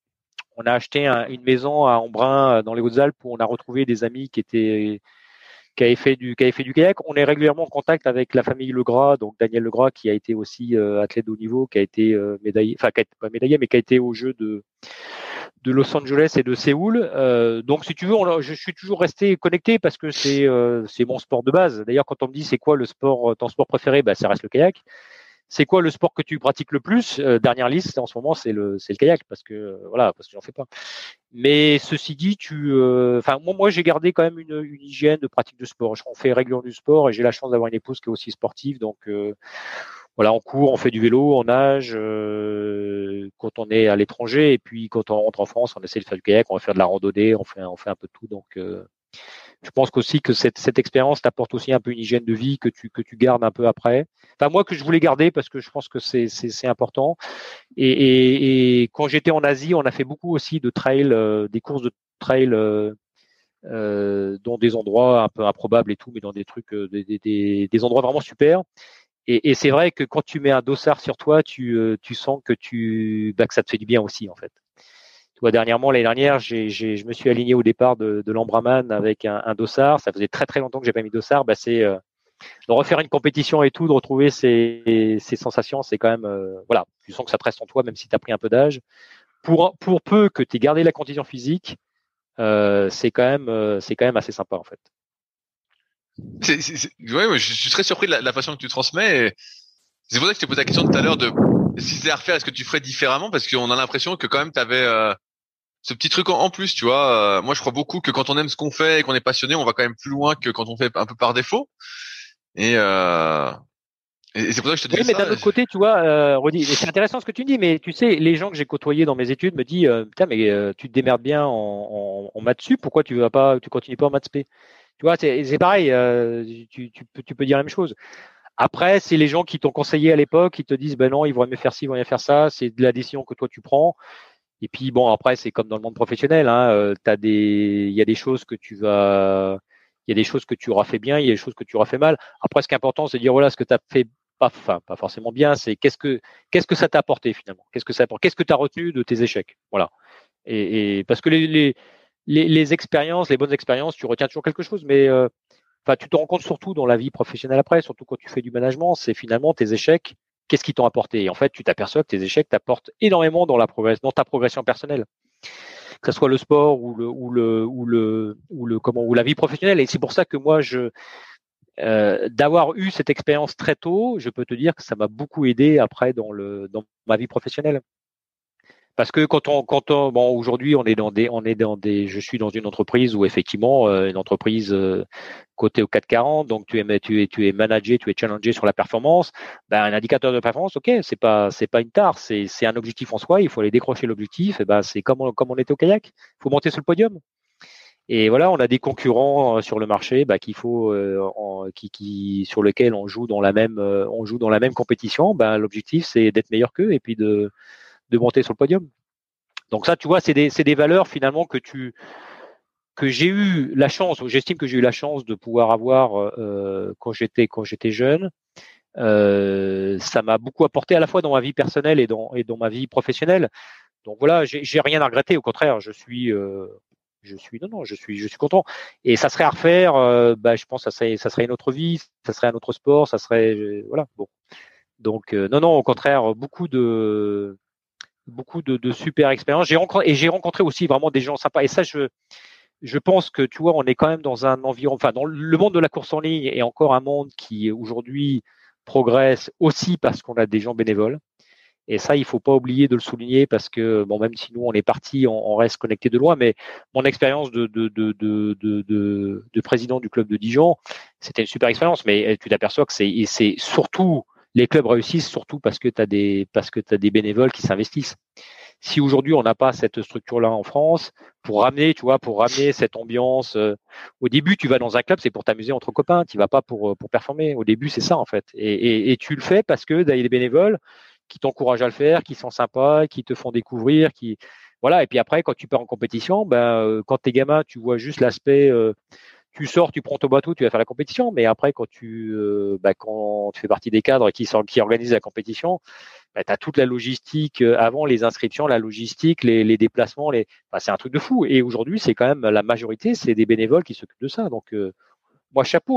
on a acheté une maison à Embrun dans les Hautes-Alpes où on a retrouvé des amis qui étaient qui avait fait du kayak. On est régulièrement en contact avec la famille Legras, donc Daniel Legras qui a été aussi athlète de haut niveau, qui a été médaillé, enfin qui a été pas médaillé, mais qui a été aux Jeux de Los Angeles et de Séoul. Donc si tu veux, je suis toujours resté connecté parce que c'est mon sport de base. D'ailleurs, quand on me dit c'est quoi ton sport préféré, bah ça reste le kayak. C'est quoi le sport que tu pratiques le plus? Dernière liste en ce moment, c'est le kayak parce que j'en fais pas. Mais ceci dit, moi j'ai gardé quand même une hygiène de pratique de sport. On fait régulièrement du sport et j'ai la chance d'avoir une épouse qui est aussi sportive, donc on court, on fait du vélo, on nage quand on est à l'étranger et puis quand on rentre en France, on essaie de faire du kayak, on va faire de la randonnée, on fait un peu de tout. Donc je pense qu'aussi que cette expérience t'apporte aussi un peu une hygiène de vie que tu gardes un peu après. Enfin moi que je voulais garder parce que je pense que c'est important. Et quand j'étais en Asie, on a fait beaucoup aussi de trail, des courses de trail dans des endroits un peu improbables et tout, mais dans des trucs, des endroits vraiment super. Et c'est vrai que quand tu mets un dossard sur toi, tu sens que que ça te fait du bien aussi en fait. Tu vois, dernièrement, l'année dernière, je me suis aligné au départ de l'Ambraman avec un dossard. Ça faisait très très longtemps que j'ai pas mis de dossard. Bah, c'est de refaire une compétition et tout, de retrouver ces sensations, c'est quand même tu sens que ça te reste en toi, même si tu as pris un peu d'âge. Pour peu que tu aies gardé la condition physique, c'est quand même assez sympa en fait. Ouais, je suis très surpris de la façon que tu transmets. Et c'est pour ça que je t'ai posé la question tout à l'heure de si c'était à refaire, est-ce que tu ferais différemment? Parce qu'on a l'impression que quand même tu avais ce petit truc en plus, tu vois. Moi, je crois beaucoup que quand on aime ce qu'on fait et qu'on est passionné, on va quand même plus loin que quand on fait un peu par défaut. Et c'est pour ça que je te dis oui, mais d'un autre côté, tu vois, Rudy, c'est intéressant ce que tu dis, mais tu sais, les gens que j'ai côtoyés dans mes études me disent, putain, mais tu te démerdes bien en maths sup, pourquoi tu continues pas en maths spé? Tu vois, c'est pareil, tu peux dire la même chose. Après, c'est les gens qui t'ont conseillé à l'époque, qui te disent, ben non, ils vont mieux faire ci, ils vont mieux faire ça, c'est de la décision que toi tu prends. Et puis bon, après, c'est comme dans le monde professionnel, hein, il y a des choses que il y a des choses que tu auras fait bien, il y a des choses que tu auras fait mal. Après, ce qui est important, c'est de dire voilà, ce que tu as fait pas forcément bien, c'est qu'est-ce que ça t'a apporté finalement, qu'est-ce que tu as retenu de tes échecs, voilà. Et parce que les expériences, les bonnes expériences, tu retiens toujours quelque chose, mais tu te rends compte surtout dans la vie professionnelle après, surtout quand tu fais du management, c'est finalement tes échecs. Qu'est-ce qui t'ont apporté? Et en fait, tu t'aperçois que tes échecs t'apportent énormément dans ta progression personnelle, que ce soit le sport ou la vie professionnelle. Et c'est pour ça que moi, d'avoir eu cette expérience très tôt, je peux te dire que ça m'a beaucoup aidé après dans ma vie professionnelle. Parce que aujourd'hui je suis dans une entreprise où effectivement une entreprise cotée au 440, donc tu es managé, tu es challengé sur la performance. Ben, un indicateur de performance, ok, c'est pas une tare, c'est un objectif en soi, il faut aller décrocher l'objectif. Et ben c'est comme on était au kayak, il faut monter sur le podium. Et voilà, on a des concurrents sur le marché qu'il faut sur lesquels on joue dans la même compétition. Ben l'objectif c'est d'être meilleur qu'eux et puis de monter sur le podium. Donc ça, tu vois, c'est des valeurs finalement j'estime que j'ai eu la chance de pouvoir avoir quand j'étais jeune. Ça m'a beaucoup apporté à la fois dans ma vie personnelle et dans ma vie professionnelle. Donc voilà, j'ai rien à regretter. Au contraire, je suis content. Et ça serait à refaire. Je pense que ça serait une autre vie, ça serait un autre sport, ça serait voilà. Bon. Donc non, au contraire, beaucoup de super expériences. J'ai rencontré aussi vraiment des gens sympas. Et ça, je pense que tu vois, on est quand même dans un environnement, dans le monde de la course en ligne est encore un monde qui aujourd'hui progresse aussi parce qu'on a des gens bénévoles. Et ça, il faut pas oublier de le souligner parce que bon, même si nous on est parti, on reste connecté de loin. Mais mon expérience de président du club de Dijon, c'était une super expérience. Mais tu t'aperçois que c'est surtout les clubs réussissent surtout parce que tu as des bénévoles qui s'investissent. Si aujourd'hui on n'a pas cette structure-là en France, pour ramener cette ambiance, au début tu vas dans un club, c'est pour t'amuser entre copains, tu vas pas pour performer. Au début c'est ça en fait, et tu le fais parce que il y a des bénévoles qui t'encouragent à le faire, qui sont sympas, qui te font découvrir, voilà. Et puis après quand tu pars en compétition, quand t'es gamin, tu vois juste l'aspect tu sors, tu prends ton bateau, tu vas faire la compétition. Mais après, quand tu fais partie des cadres qui organisent la compétition, tu as toute la logistique avant les inscriptions, la logistique, les déplacements. C'est un truc de fou. Et aujourd'hui, c'est quand même la majorité, c'est des bénévoles qui s'occupent de ça. Donc, moi chapeau,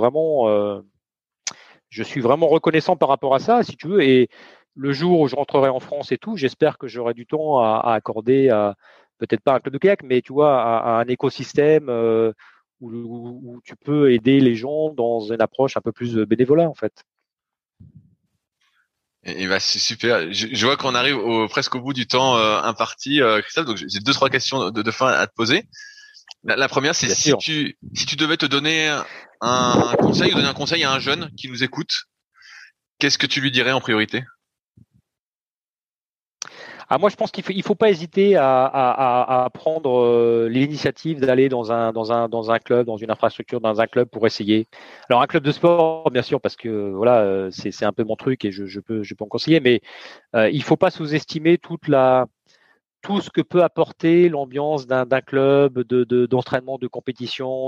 je suis vraiment reconnaissant par rapport à ça, si tu veux. Et le jour où je rentrerai en France et tout, j'espère que j'aurai du temps à accorder à peut-être pas un club de kayak, mais tu vois, à un écosystème où tu peux aider les gens dans une approche un peu plus bénévolat, en fait. Et bah c'est super. Je vois qu'on arrive presque au bout du temps imparti, Christophe. Donc j'ai 2-3 questions de fin à te poser. La première, c'est si tu devais te donner un conseil ou donner un conseil à un jeune qui nous écoute, qu'est-ce que tu lui dirais en priorité? Moi, je pense qu'il faut pas hésiter à prendre l'initiative d'aller dans un club, dans une infrastructure, dans un club pour essayer. Alors, un club de sport, bien sûr, parce que voilà, c'est un peu mon truc et je peux en conseiller, mais il faut pas sous-estimer tout ce que peut apporter l'ambiance d'un club d'entraînement, de compétition,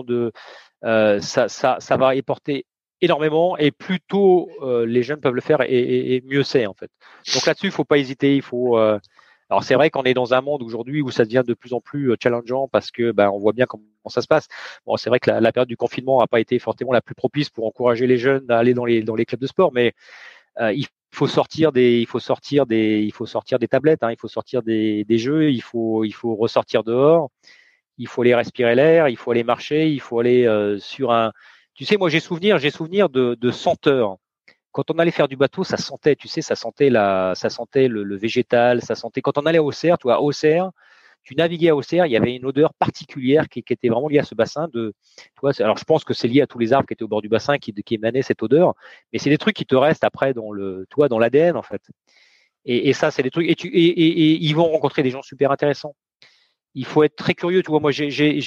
ça va y porter énormément et plus tôt les jeunes peuvent le faire et mieux c'est en fait. Donc là-dessus, il faut pas hésiter. Alors c'est vrai qu'on est dans un monde aujourd'hui où ça devient de plus en plus challengeant parce que on voit bien comment ça se passe. Bon, c'est vrai que la période du confinement n'a pas été forcément la plus propice pour encourager les jeunes à aller dans les clubs de sport, mais il faut sortir des tablettes, hein, il faut sortir des jeux, il faut ressortir dehors, il faut aller respirer l'air, il faut aller marcher, il faut aller sur un. Tu sais, moi j'ai souvenir de senteurs. Quand on allait faire du bateau, ça sentait, tu sais, ça sentait le végétal, ça sentait. Quand on allait à Auxerre, tu naviguais à Auxerre, il y avait une odeur particulière qui était vraiment liée à ce bassin. Alors je pense que c'est lié à tous les arbres qui étaient au bord du bassin qui émanaient cette odeur, mais c'est des trucs qui te restent après dans l'ADN en fait. Et ça, c'est des trucs. Et ils vont rencontrer des gens super intéressants. Il faut être très curieux. Tu vois, moi,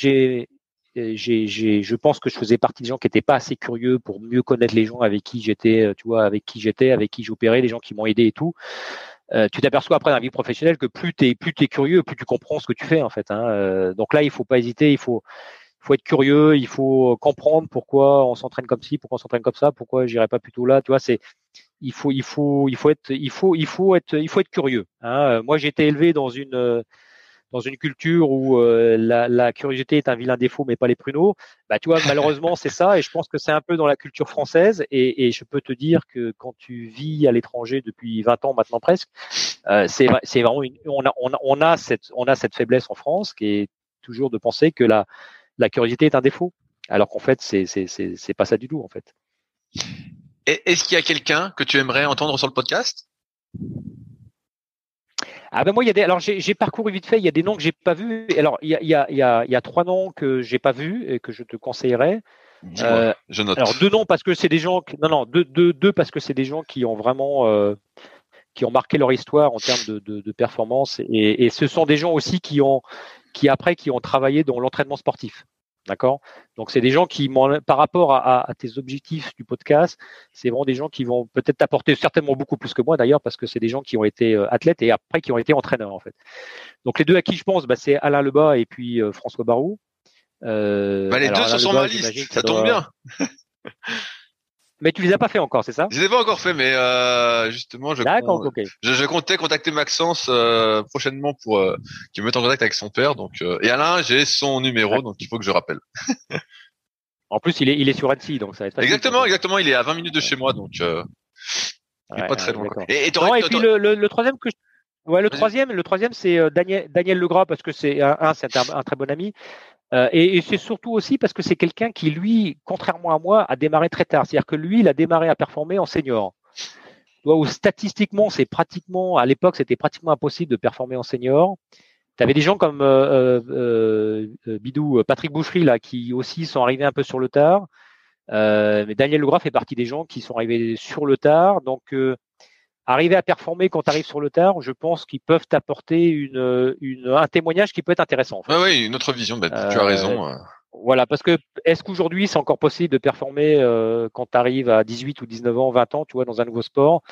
je pense que je faisais partie des gens qui n'étaient pas assez curieux pour mieux connaître les gens avec qui j'étais, avec qui j'opérais, les gens qui m'ont aidé et tout. Tu t'aperçois après dans la vie professionnelle que plus t'es curieux, plus tu comprends ce que tu fais en fait. Donc là, il faut pas hésiter, il faut être curieux, il faut comprendre pourquoi on s'entraîne comme ci, pourquoi on s'entraîne comme ça, pourquoi j'irai pas plutôt là. Tu vois, il faut être curieux. Moi, j'ai été élevé dans une culture où la curiosité est un vilain défaut, mais pas les pruneaux. Tu vois, malheureusement, c'est ça. Et je pense que c'est un peu dans la culture française. Et je peux te dire que quand tu vis à l'étranger depuis 20 ans maintenant presque, c'est vraiment on a cette faiblesse en France qui est toujours de penser que la curiosité est un défaut, alors qu'en fait, c'est pas ça du tout en fait. Est-ce qu'il y a quelqu'un que tu aimerais entendre sur le podcast? Moi alors j'ai parcouru vite fait, il y a des noms que j'ai pas vus. Alors il y a 3 noms que j'ai pas vus et que je te conseillerais. Dis-moi, je note. Alors 2 noms parce que c'est des gens deux parce que c'est des gens qui ont vraiment qui ont marqué leur histoire en termes de performance et ce sont des gens aussi qui ont travaillé dans l'entraînement sportif. D'accord? Donc, c'est des gens qui, par rapport à tes objectifs du podcast, c'est vraiment des gens qui vont peut-être t'apporter certainement beaucoup plus que moi d'ailleurs, parce que c'est des gens qui ont été athlètes et après qui ont été entraîneurs en fait. Donc, les deux à qui je pense, c'est Alain Lebas et puis François Barou. Les deux sont sur ma liste, ça tombe bien. Mais tu les as pas fait encore, c'est ça? Je les ai pas encore fait, mais justement, je comptais contacter Maxence prochainement pour qu'il me mette en contact avec son père. Donc, et Alain, j'ai son numéro, donc il faut que je rappelle. En plus, il est sur Annecy, donc ça va être facile. Exactement. Il est à 20 minutes de chez moi, donc il est pas très loin. Et puis le troisième que le troisième c'est Daniel Legras parce que c'est un très bon ami. Et c'est surtout aussi parce que c'est quelqu'un qui, lui, contrairement à moi, a démarré très tard. C'est-à-dire que lui, il a démarré à performer en senior. Où statistiquement, à l'époque, c'était pratiquement impossible de performer en senior. Tu avais des gens comme Bidou, Patrick Boucherie, là, qui aussi sont arrivés un peu sur le tard. Mais Daniel Legras fait partie des gens qui sont arrivés sur le tard. Donc, arriver à performer quand tu arrives sur le tard, je pense qu'ils peuvent t'apporter un témoignage qui peut être intéressant. En fait. Oui, une autre vision. Tu as raison. Voilà, parce que est-ce qu'aujourd'hui c'est encore possible de performer quand tu arrives à 18 ou 19 ans, 20 ans, tu vois, dans un nouveau sport?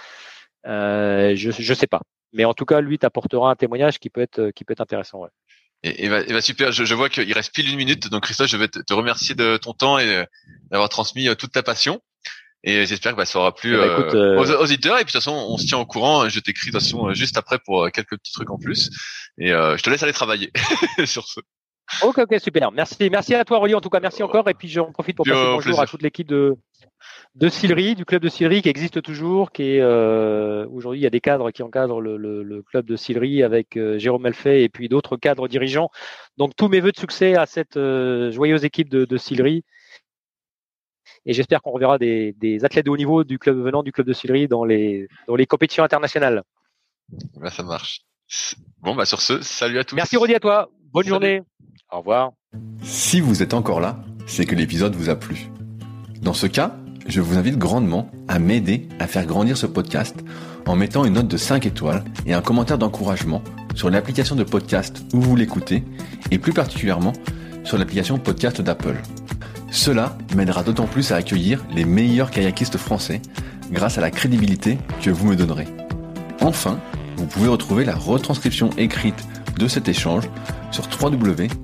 Je sais pas. Mais en tout cas, lui t'apportera un témoignage qui peut être intéressant. Ouais. Et super. Je vois qu'il reste pile 1 minute, donc Christophe, je vais te remercier de ton temps et d'avoir transmis toute ta passion. Et j'espère que ça aura plu aux auditeurs. Et puis de toute façon, on se tient au courant. Je t'écris de toute façon juste après pour quelques petits trucs en plus. Et je te laisse aller travailler sur ce. Ok, super. Merci à toi, Rolly. En tout cas, merci encore. Et puis, j'en profite pour passer bonjour à toute l'équipe de Sillery, du club de Sillery qui existe toujours, qui est aujourd'hui il y a des cadres qui encadrent le club de Sillery avec Jérôme Melfait et puis d'autres cadres dirigeants. Donc, tous mes vœux de succès à cette joyeuse équipe de Sillery. Et j'espère qu'on reverra des athlètes de haut niveau venant du club de Sillery dans les compétitions internationales. Ben, ça marche. Bon, bah sur ce, salut à tous. Merci Rolly, à toi. Bonne journée. Au revoir. Si vous êtes encore là, c'est que l'épisode vous a plu. Dans ce cas, je vous invite grandement à m'aider à faire grandir ce podcast en mettant une note de 5 étoiles et un commentaire d'encouragement sur l'application de podcast où vous l'écoutez et plus particulièrement sur l'application podcast d'Apple. Cela m'aidera d'autant plus à accueillir les meilleurs kayakistes français grâce à la crédibilité que vous me donnerez. Enfin, vous pouvez retrouver la retranscription écrite de cet échange sur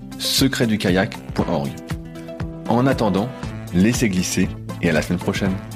www.secretdukayak.org. En attendant, laissez glisser et à la semaine prochaine.